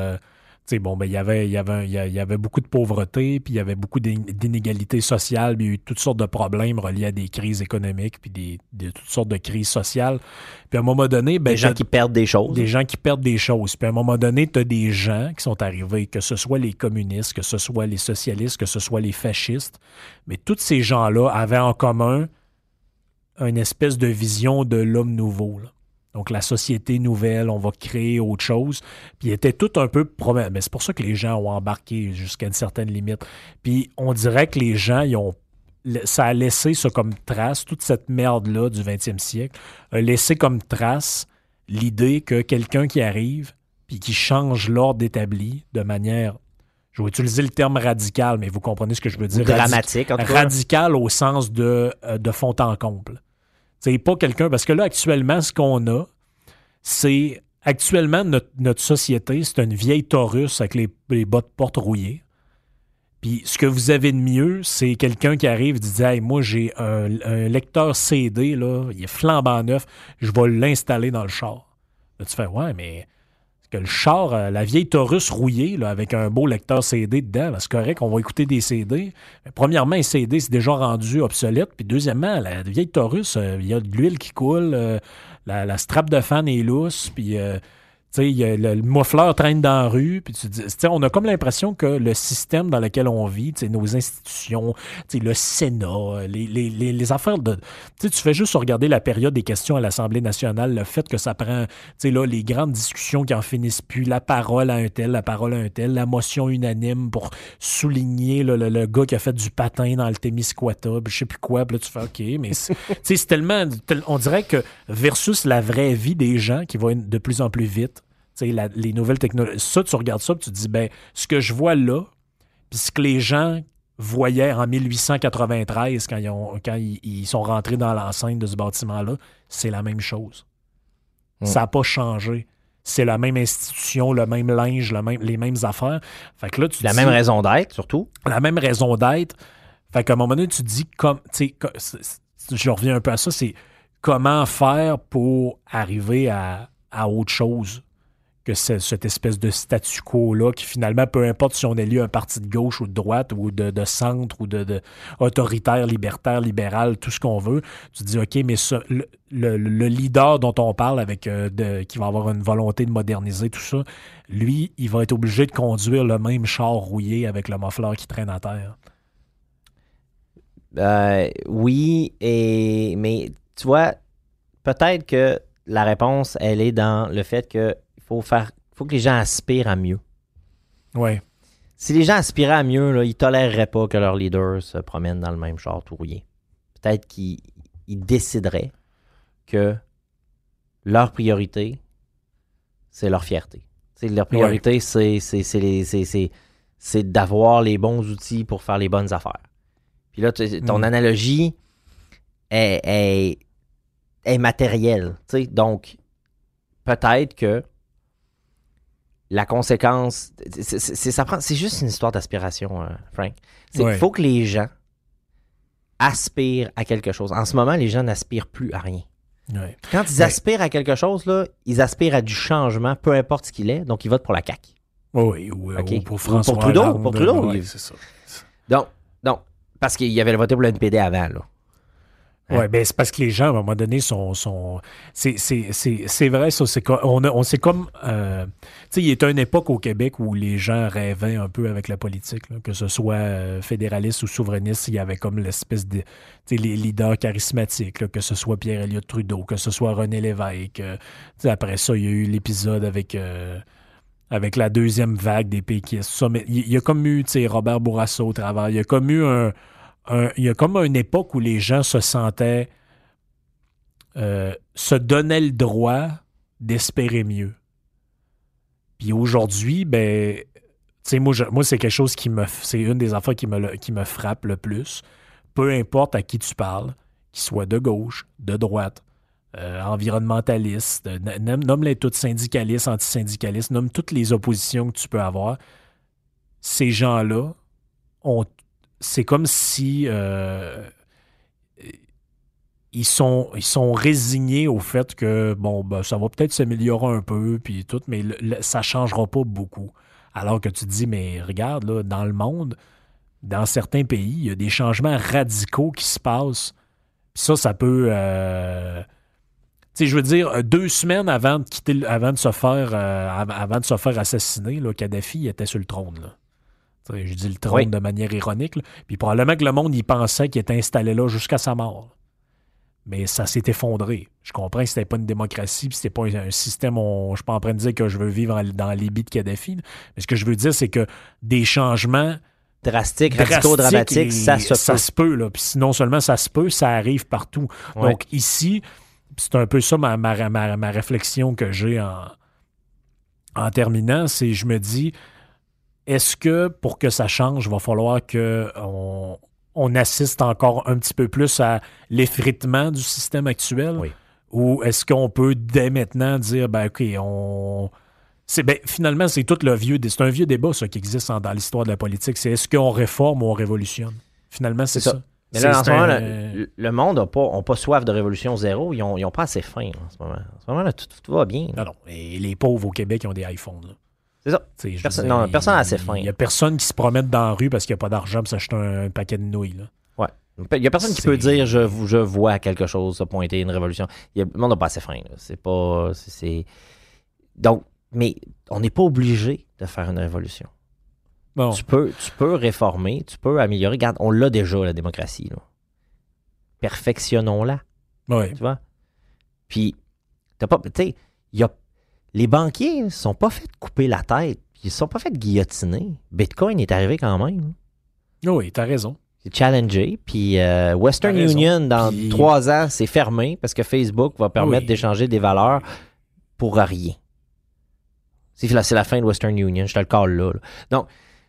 avait beaucoup de pauvreté, puis il y avait beaucoup d'inégalités sociales, puis il y a eu toutes sortes de problèmes reliés à des crises économiques, puis toutes sortes de crises sociales. Puis à un moment donné... des gens qui perdent des choses. Des gens qui perdent des choses. Puis à un moment donné, tu as des gens qui sont arrivés, que ce soit les communistes, que ce soit les socialistes, que ce soit les fascistes, mais tous ces gens-là avaient en commun une espèce de vision de l'homme nouveau, là. Donc, la société nouvelle, on va créer autre chose. Puis, il était tout un peu... Mais c'est pour ça que les gens ont embarqué jusqu'à une certaine limite. Puis, on dirait que les gens, ça a laissé ça comme trace, toute cette merde-là du 20e siècle, a laissé comme trace l'idée que quelqu'un qui arrive puis qui change l'ordre établi de manière... Je vais utiliser le terme radical, mais vous comprenez ce que je veux dire. Dramatique, en tout cas. Radical au sens de fond en comble. C'est pas quelqu'un... Parce que là, actuellement, ce qu'on a, c'est... Actuellement, notre société, c'est une vieille Taurus avec les bas de porte rouillés. Puis ce que vous avez de mieux, c'est quelqu'un qui arrive et dit « Hey, moi, j'ai un lecteur CD, là, il est flambant neuf, je vais l'installer dans le char. » Là, tu fais « Ouais, mais... » que le char, la vieille Taurus rouillée, là, avec un beau lecteur CD dedans, là, c'est correct, on va écouter des CD. Mais premièrement, un CD, c'est déjà rendu obsolète. Puis deuxièmement, la vieille Taurus, il y a de l'huile qui coule, la strap de fan est lousse, puis le muffleur traîne dans la rue. Puis on a comme l'impression que le système dans lequel on vit, nos institutions, le Sénat, les affaires de... Tu fais juste regarder la période des questions à l'Assemblée nationale, le fait que ça prend là, les grandes discussions qui en finissent plus, la parole à un tel, la motion unanime pour souligner le gars qui a fait du patin dans le Témiscouata, je sais plus quoi, puis là tu fais OK, mais c'est tellement... On dirait que versus la vraie vie des gens qui va de plus en plus vite, les nouvelles technologies. Ça, tu regardes ça et tu te dis, ben, ce que je vois là, puis ce que les gens voyaient en 1893 quand ils sont rentrés dans l'enceinte de ce bâtiment-là, c'est la même chose. Ça n'a pas changé. C'est la même institution, le même linge, les mêmes affaires. Fait que là, même raison d'être, surtout. La même raison d'être. Fait qu'à un moment donné, tu te dis, je reviens un peu à ça, c'est comment faire pour arriver à autre chose que cette espèce de statu quo-là qui, finalement, peu importe si on élit un parti de gauche ou de droite ou de centre ou de autoritaire, libertaire, libéral, tout ce qu'on veut, tu te dis, OK, mais ça, le leader dont on parle avec qui va avoir une volonté de moderniser tout ça, lui, il va être obligé de conduire le même char rouillé avec le muffleur qui traîne à terre. Oui, mais tu vois, peut-être que la réponse, elle est dans le fait que faut que les gens aspirent à mieux. Oui. Si les gens aspiraient à mieux, là, ils ne toléreraient pas que leur leader se promène dans le même char tout rouillé. Peut-être qu'ils décideraient que leur priorité, c'est leur fierté. T'sais, leur priorité, c'est d'avoir les bons outils pour faire les bonnes affaires. Puis là, ton analogie est matérielle. Donc, peut-être que la conséquence, c'est juste une histoire d'aspiration, Frank. Il faut que les gens aspirent à quelque chose. En ce moment, les gens n'aspirent plus à rien. Ouais. Quand ils aspirent à quelque chose, là, ils aspirent à du changement, peu importe ce qu'il est, donc ils votent pour la CAQ. Oui, ou pour François Pour Trudeau. Hollande. Pour Trudeau. Oui, c'est ça. Donc, parce qu'il avait voté pour le NPD avant, là. Oui, ben c'est parce que les gens, à un moment donné, c'est vrai, ça. On s'est comme... tu sais, il y a une époque au Québec où les gens rêvaient un peu avec la politique, là, que ce soit fédéraliste ou souverainiste, il y avait comme l'espèce de... Tu sais, les leaders charismatiques, là, que ce soit Pierre Elliott Trudeau, que ce soit René Lévesque. Tu sais, après ça, il y a eu l'épisode avec la deuxième vague des péquistes. Ça, mais il y a comme eu, tu sais, Robert Bourassa au travers. Il y a comme eu il y a comme une époque où les gens se sentaient, se donnaient le droit d'espérer mieux. Puis aujourd'hui, ben, tu sais, moi, c'est quelque chose c'est une des affaires qui me frappe le plus. Peu importe à qui tu parles, qu'il soit de gauche, de droite, environnementaliste, nomme-les toutes syndicalistes, antisyndicalistes, nomme toutes les oppositions que tu peux avoir. Ces gens-là c'est comme si ils sont résignés au fait que bon, ben, ça va peut-être s'améliorer un peu, puis tout, mais ça ne changera pas beaucoup. Alors que tu te dis, mais regarde, là, dans le monde, dans certains pays, il y a des changements radicaux qui se passent. Puis ça peut... tu sais, je veux dire, 2 semaines avant de se faire assassiner, là, Kadhafi était sur le trône, là. Je dis le trône de manière ironique. Là. Puis probablement que le monde y pensait qu'il était installé là jusqu'à sa mort. Mais ça s'est effondré. Je comprends que c'était pas une démocratie, puis c'était pas un système. Je suis pas en train de dire que je veux vivre dans les Libye de Kadhafi. Mais ce que je veux dire, c'est que des changements drastiques, radicaux, dramatiques, ça se peut. Là. Puis non seulement ça se peut, ça arrive partout. Ouais. Donc ici, c'est un peu ça ma réflexion que j'ai en terminant, c'est je me dis... Est-ce que, pour que ça change, il va falloir qu'on assiste encore un petit peu plus à l'effritement du système actuel? Oui. Ou est-ce qu'on peut, dès maintenant, dire, ben OK, finalement, c'est tout c'est un vieux débat, ça, qui existe dans l'histoire de la politique. C'est est-ce qu'on réforme ou on révolutionne? Finalement, c'est ça. Mais là, en ce moment, le monde n'a pas soif de révolution zéro. Ils n'ont pas assez faim en ce moment. En ce moment, là, tout va bien. Là. Non. Et les pauvres au Québec, ils ont des iPhones, là. C'est ça. Personne n'a assez faim. Il n'y a personne qui se promène dans la rue parce qu'il n'y a pas d'argent pour s'acheter un paquet de nouilles. Là. Ouais. Il n'y a personne qui peut dire je vois quelque chose se pointer, une révolution. Le monde n'a pas assez faim. Là. C'est pas. Donc, mais on n'est pas obligé de faire une révolution. Bon. Tu peux réformer, tu peux améliorer. Regarde, on l'a déjà, la démocratie. Là. Perfectionnons-la. Oui. Tu vois? Puis, tu sais, les banquiers ne sont pas fait couper la tête. Ils ne sont pas fait guillotiner. Bitcoin est arrivé quand même. Oui, tu as raison. C'est challengé. Puis Western Union, dans 3 ans, c'est fermé parce que Facebook va permettre d'échanger des valeurs pour rien. C'est la fin de Western Union. Je te le cale là. Donc,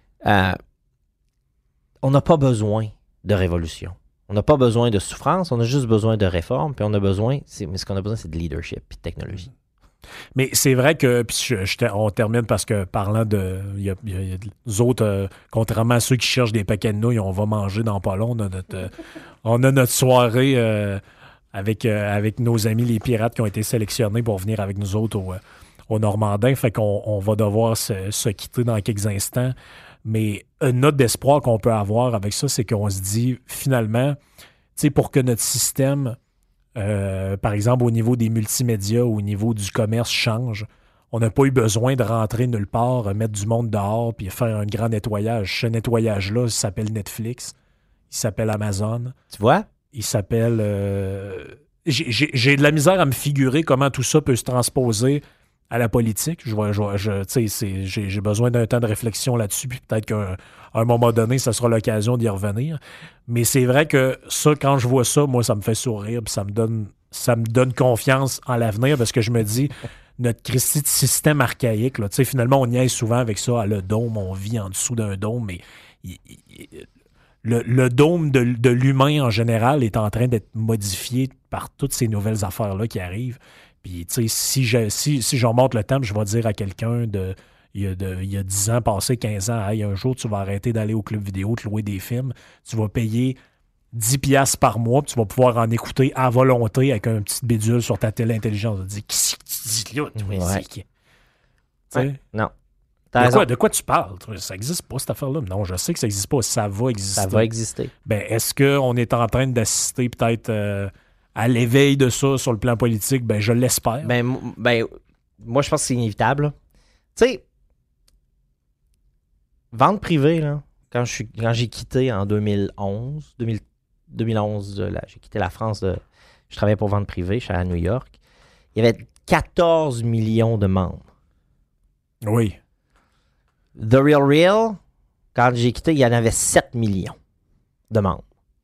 on n'a pas besoin de révolution. On n'a pas besoin de souffrance. On a juste besoin de réforme. Puis mais ce qu'on a besoin, c'est de leadership et de technologie. Mais c'est vrai que, puis on termine parce que parlant de, il y a des autres, contrairement à ceux qui cherchent des paquets de nouilles, on va manger dans pas long. On a notre soirée avec nos amis les pirates qui ont été sélectionnés pour venir avec nous autres au Normandin. Fait qu'on va devoir se quitter dans quelques instants. Mais une note d'espoir qu'on peut avoir avec ça, c'est qu'on se dit finalement, tu sais, pour que notre système... par exemple, au niveau des multimédias, au niveau du commerce change. On n'a pas eu besoin de rentrer nulle part, mettre du monde dehors puis faire un grand nettoyage. Ce nettoyage-là, il s'appelle Netflix, il s'appelle Amazon. Tu vois? Il s'appelle... J'ai de la misère à me figurer comment tout ça peut se transposer à la politique. J'ai besoin d'un temps de réflexion là-dessus, puis peut-être qu'à un moment donné, ça sera l'occasion d'y revenir. Mais c'est vrai que ça, quand je vois ça, moi, ça me fait sourire, puis ça me donne confiance en l'avenir, parce que je me dis, notre Christi de système archaïque, là, finalement, on niaise souvent avec ça, le dôme, on vit en dessous d'un dôme, mais le dôme de l'humain en général est en train d'être modifié par toutes ces nouvelles affaires-là qui arrivent. Puis, tu sais, si je remonte le temps, je vais dire à quelqu'un il y a 10 ans, passé 15 ans, hey, un jour, tu vas arrêter d'aller au club vidéo, te louer des films, tu vas payer 10$ par mois, puis tu vas pouvoir en écouter à volonté avec un petit bidule sur ta télé intelligente. Tu vas dire, qu'est-ce que tu dis là? Non. De quoi tu parles? Ça n'existe pas, cette affaire-là. Non, je sais que ça n'existe pas. Ça va exister. Ça va exister. Ben, est-ce qu'on est en train d'assister peut-être à l'éveil de ça sur le plan politique? Ben, je l'espère. Ben, moi, je pense que c'est inévitable. Tu sais, vente privée, là, quand j'ai quitté en 2011, j'ai quitté la France, je travaillais pour vente privée, je suis à New York. Il y avait 14 millions de membres. Oui. The Real, quand j'ai quitté, il y en avait 7 millions de membres.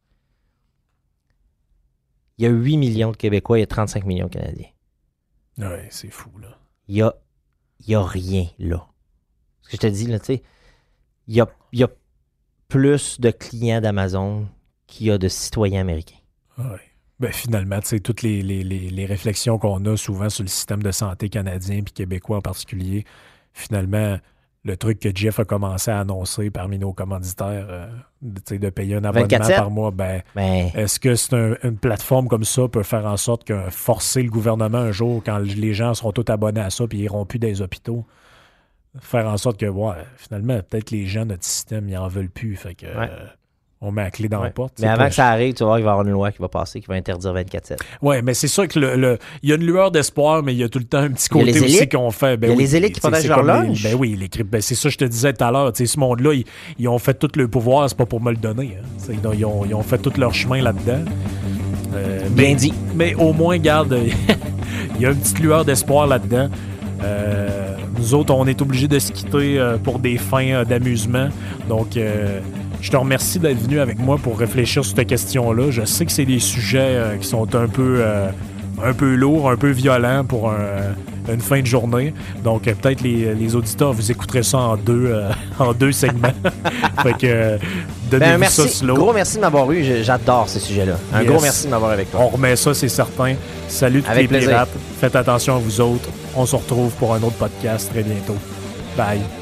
Il y a 8 millions de Québécois, il y a 35 millions de Canadiens. Oui, c'est fou, là. Il y a rien, là. Ce que je te dis, là, tu sais, il y a plus de clients d'Amazon qu'il y a de citoyens américains. Oui. Ben, finalement, tu sais, toutes les réflexions qu'on a souvent sur le système de santé canadien puis québécois en particulier, finalement, le truc que Jeff a commencé à annoncer parmi nos commanditaires, de payer un abonnement 24/7. par mois, est-ce que une plateforme comme ça peut faire en sorte que forcer le gouvernement un jour, quand les gens seront tous abonnés à ça puis ils n'iront plus des hôpitaux, faire en sorte que, finalement, peut-être les gens, notre système, ils n'en veulent plus. Fait que on met la clé dans la porte. Mais avant que ça arrive, tu vas voir qu'il va y avoir une loi qui va passer qui va interdire 24/7. Oui, mais c'est sûr que il y a une lueur d'espoir, mais il y a tout le temps un petit côté aussi qu'on fait. Il y a les élites qui protègent leur lunch. Ben oui, c'est ça que je te disais tout à l'heure. Ce monde-là, ils ont fait tout le pouvoir, c'est pas pour me le donner. Hein. Ils ont fait tout leur chemin là-dedans. Bien dit. Mais au moins, garde, il y a une petite lueur d'espoir là-dedans. Nous autres, on est obligés de se quitter pour des fins d'amusement. Donc, je te remercie d'être venu avec moi pour réfléchir sur cette question-là. Je sais que c'est des sujets qui sont un peu lourds, un peu violents pour une fin de journée. Donc, peut-être les auditeurs, vous écouterez ça en deux segments. Fait que, donnez-vous ça slow. Gros merci de m'avoir eu. J'adore ces sujets-là. Gros merci de m'avoir avec toi. On remet ça, c'est certain. Salut tous les pirates. Faites attention à vous autres. On se retrouve pour un autre podcast très bientôt. Bye.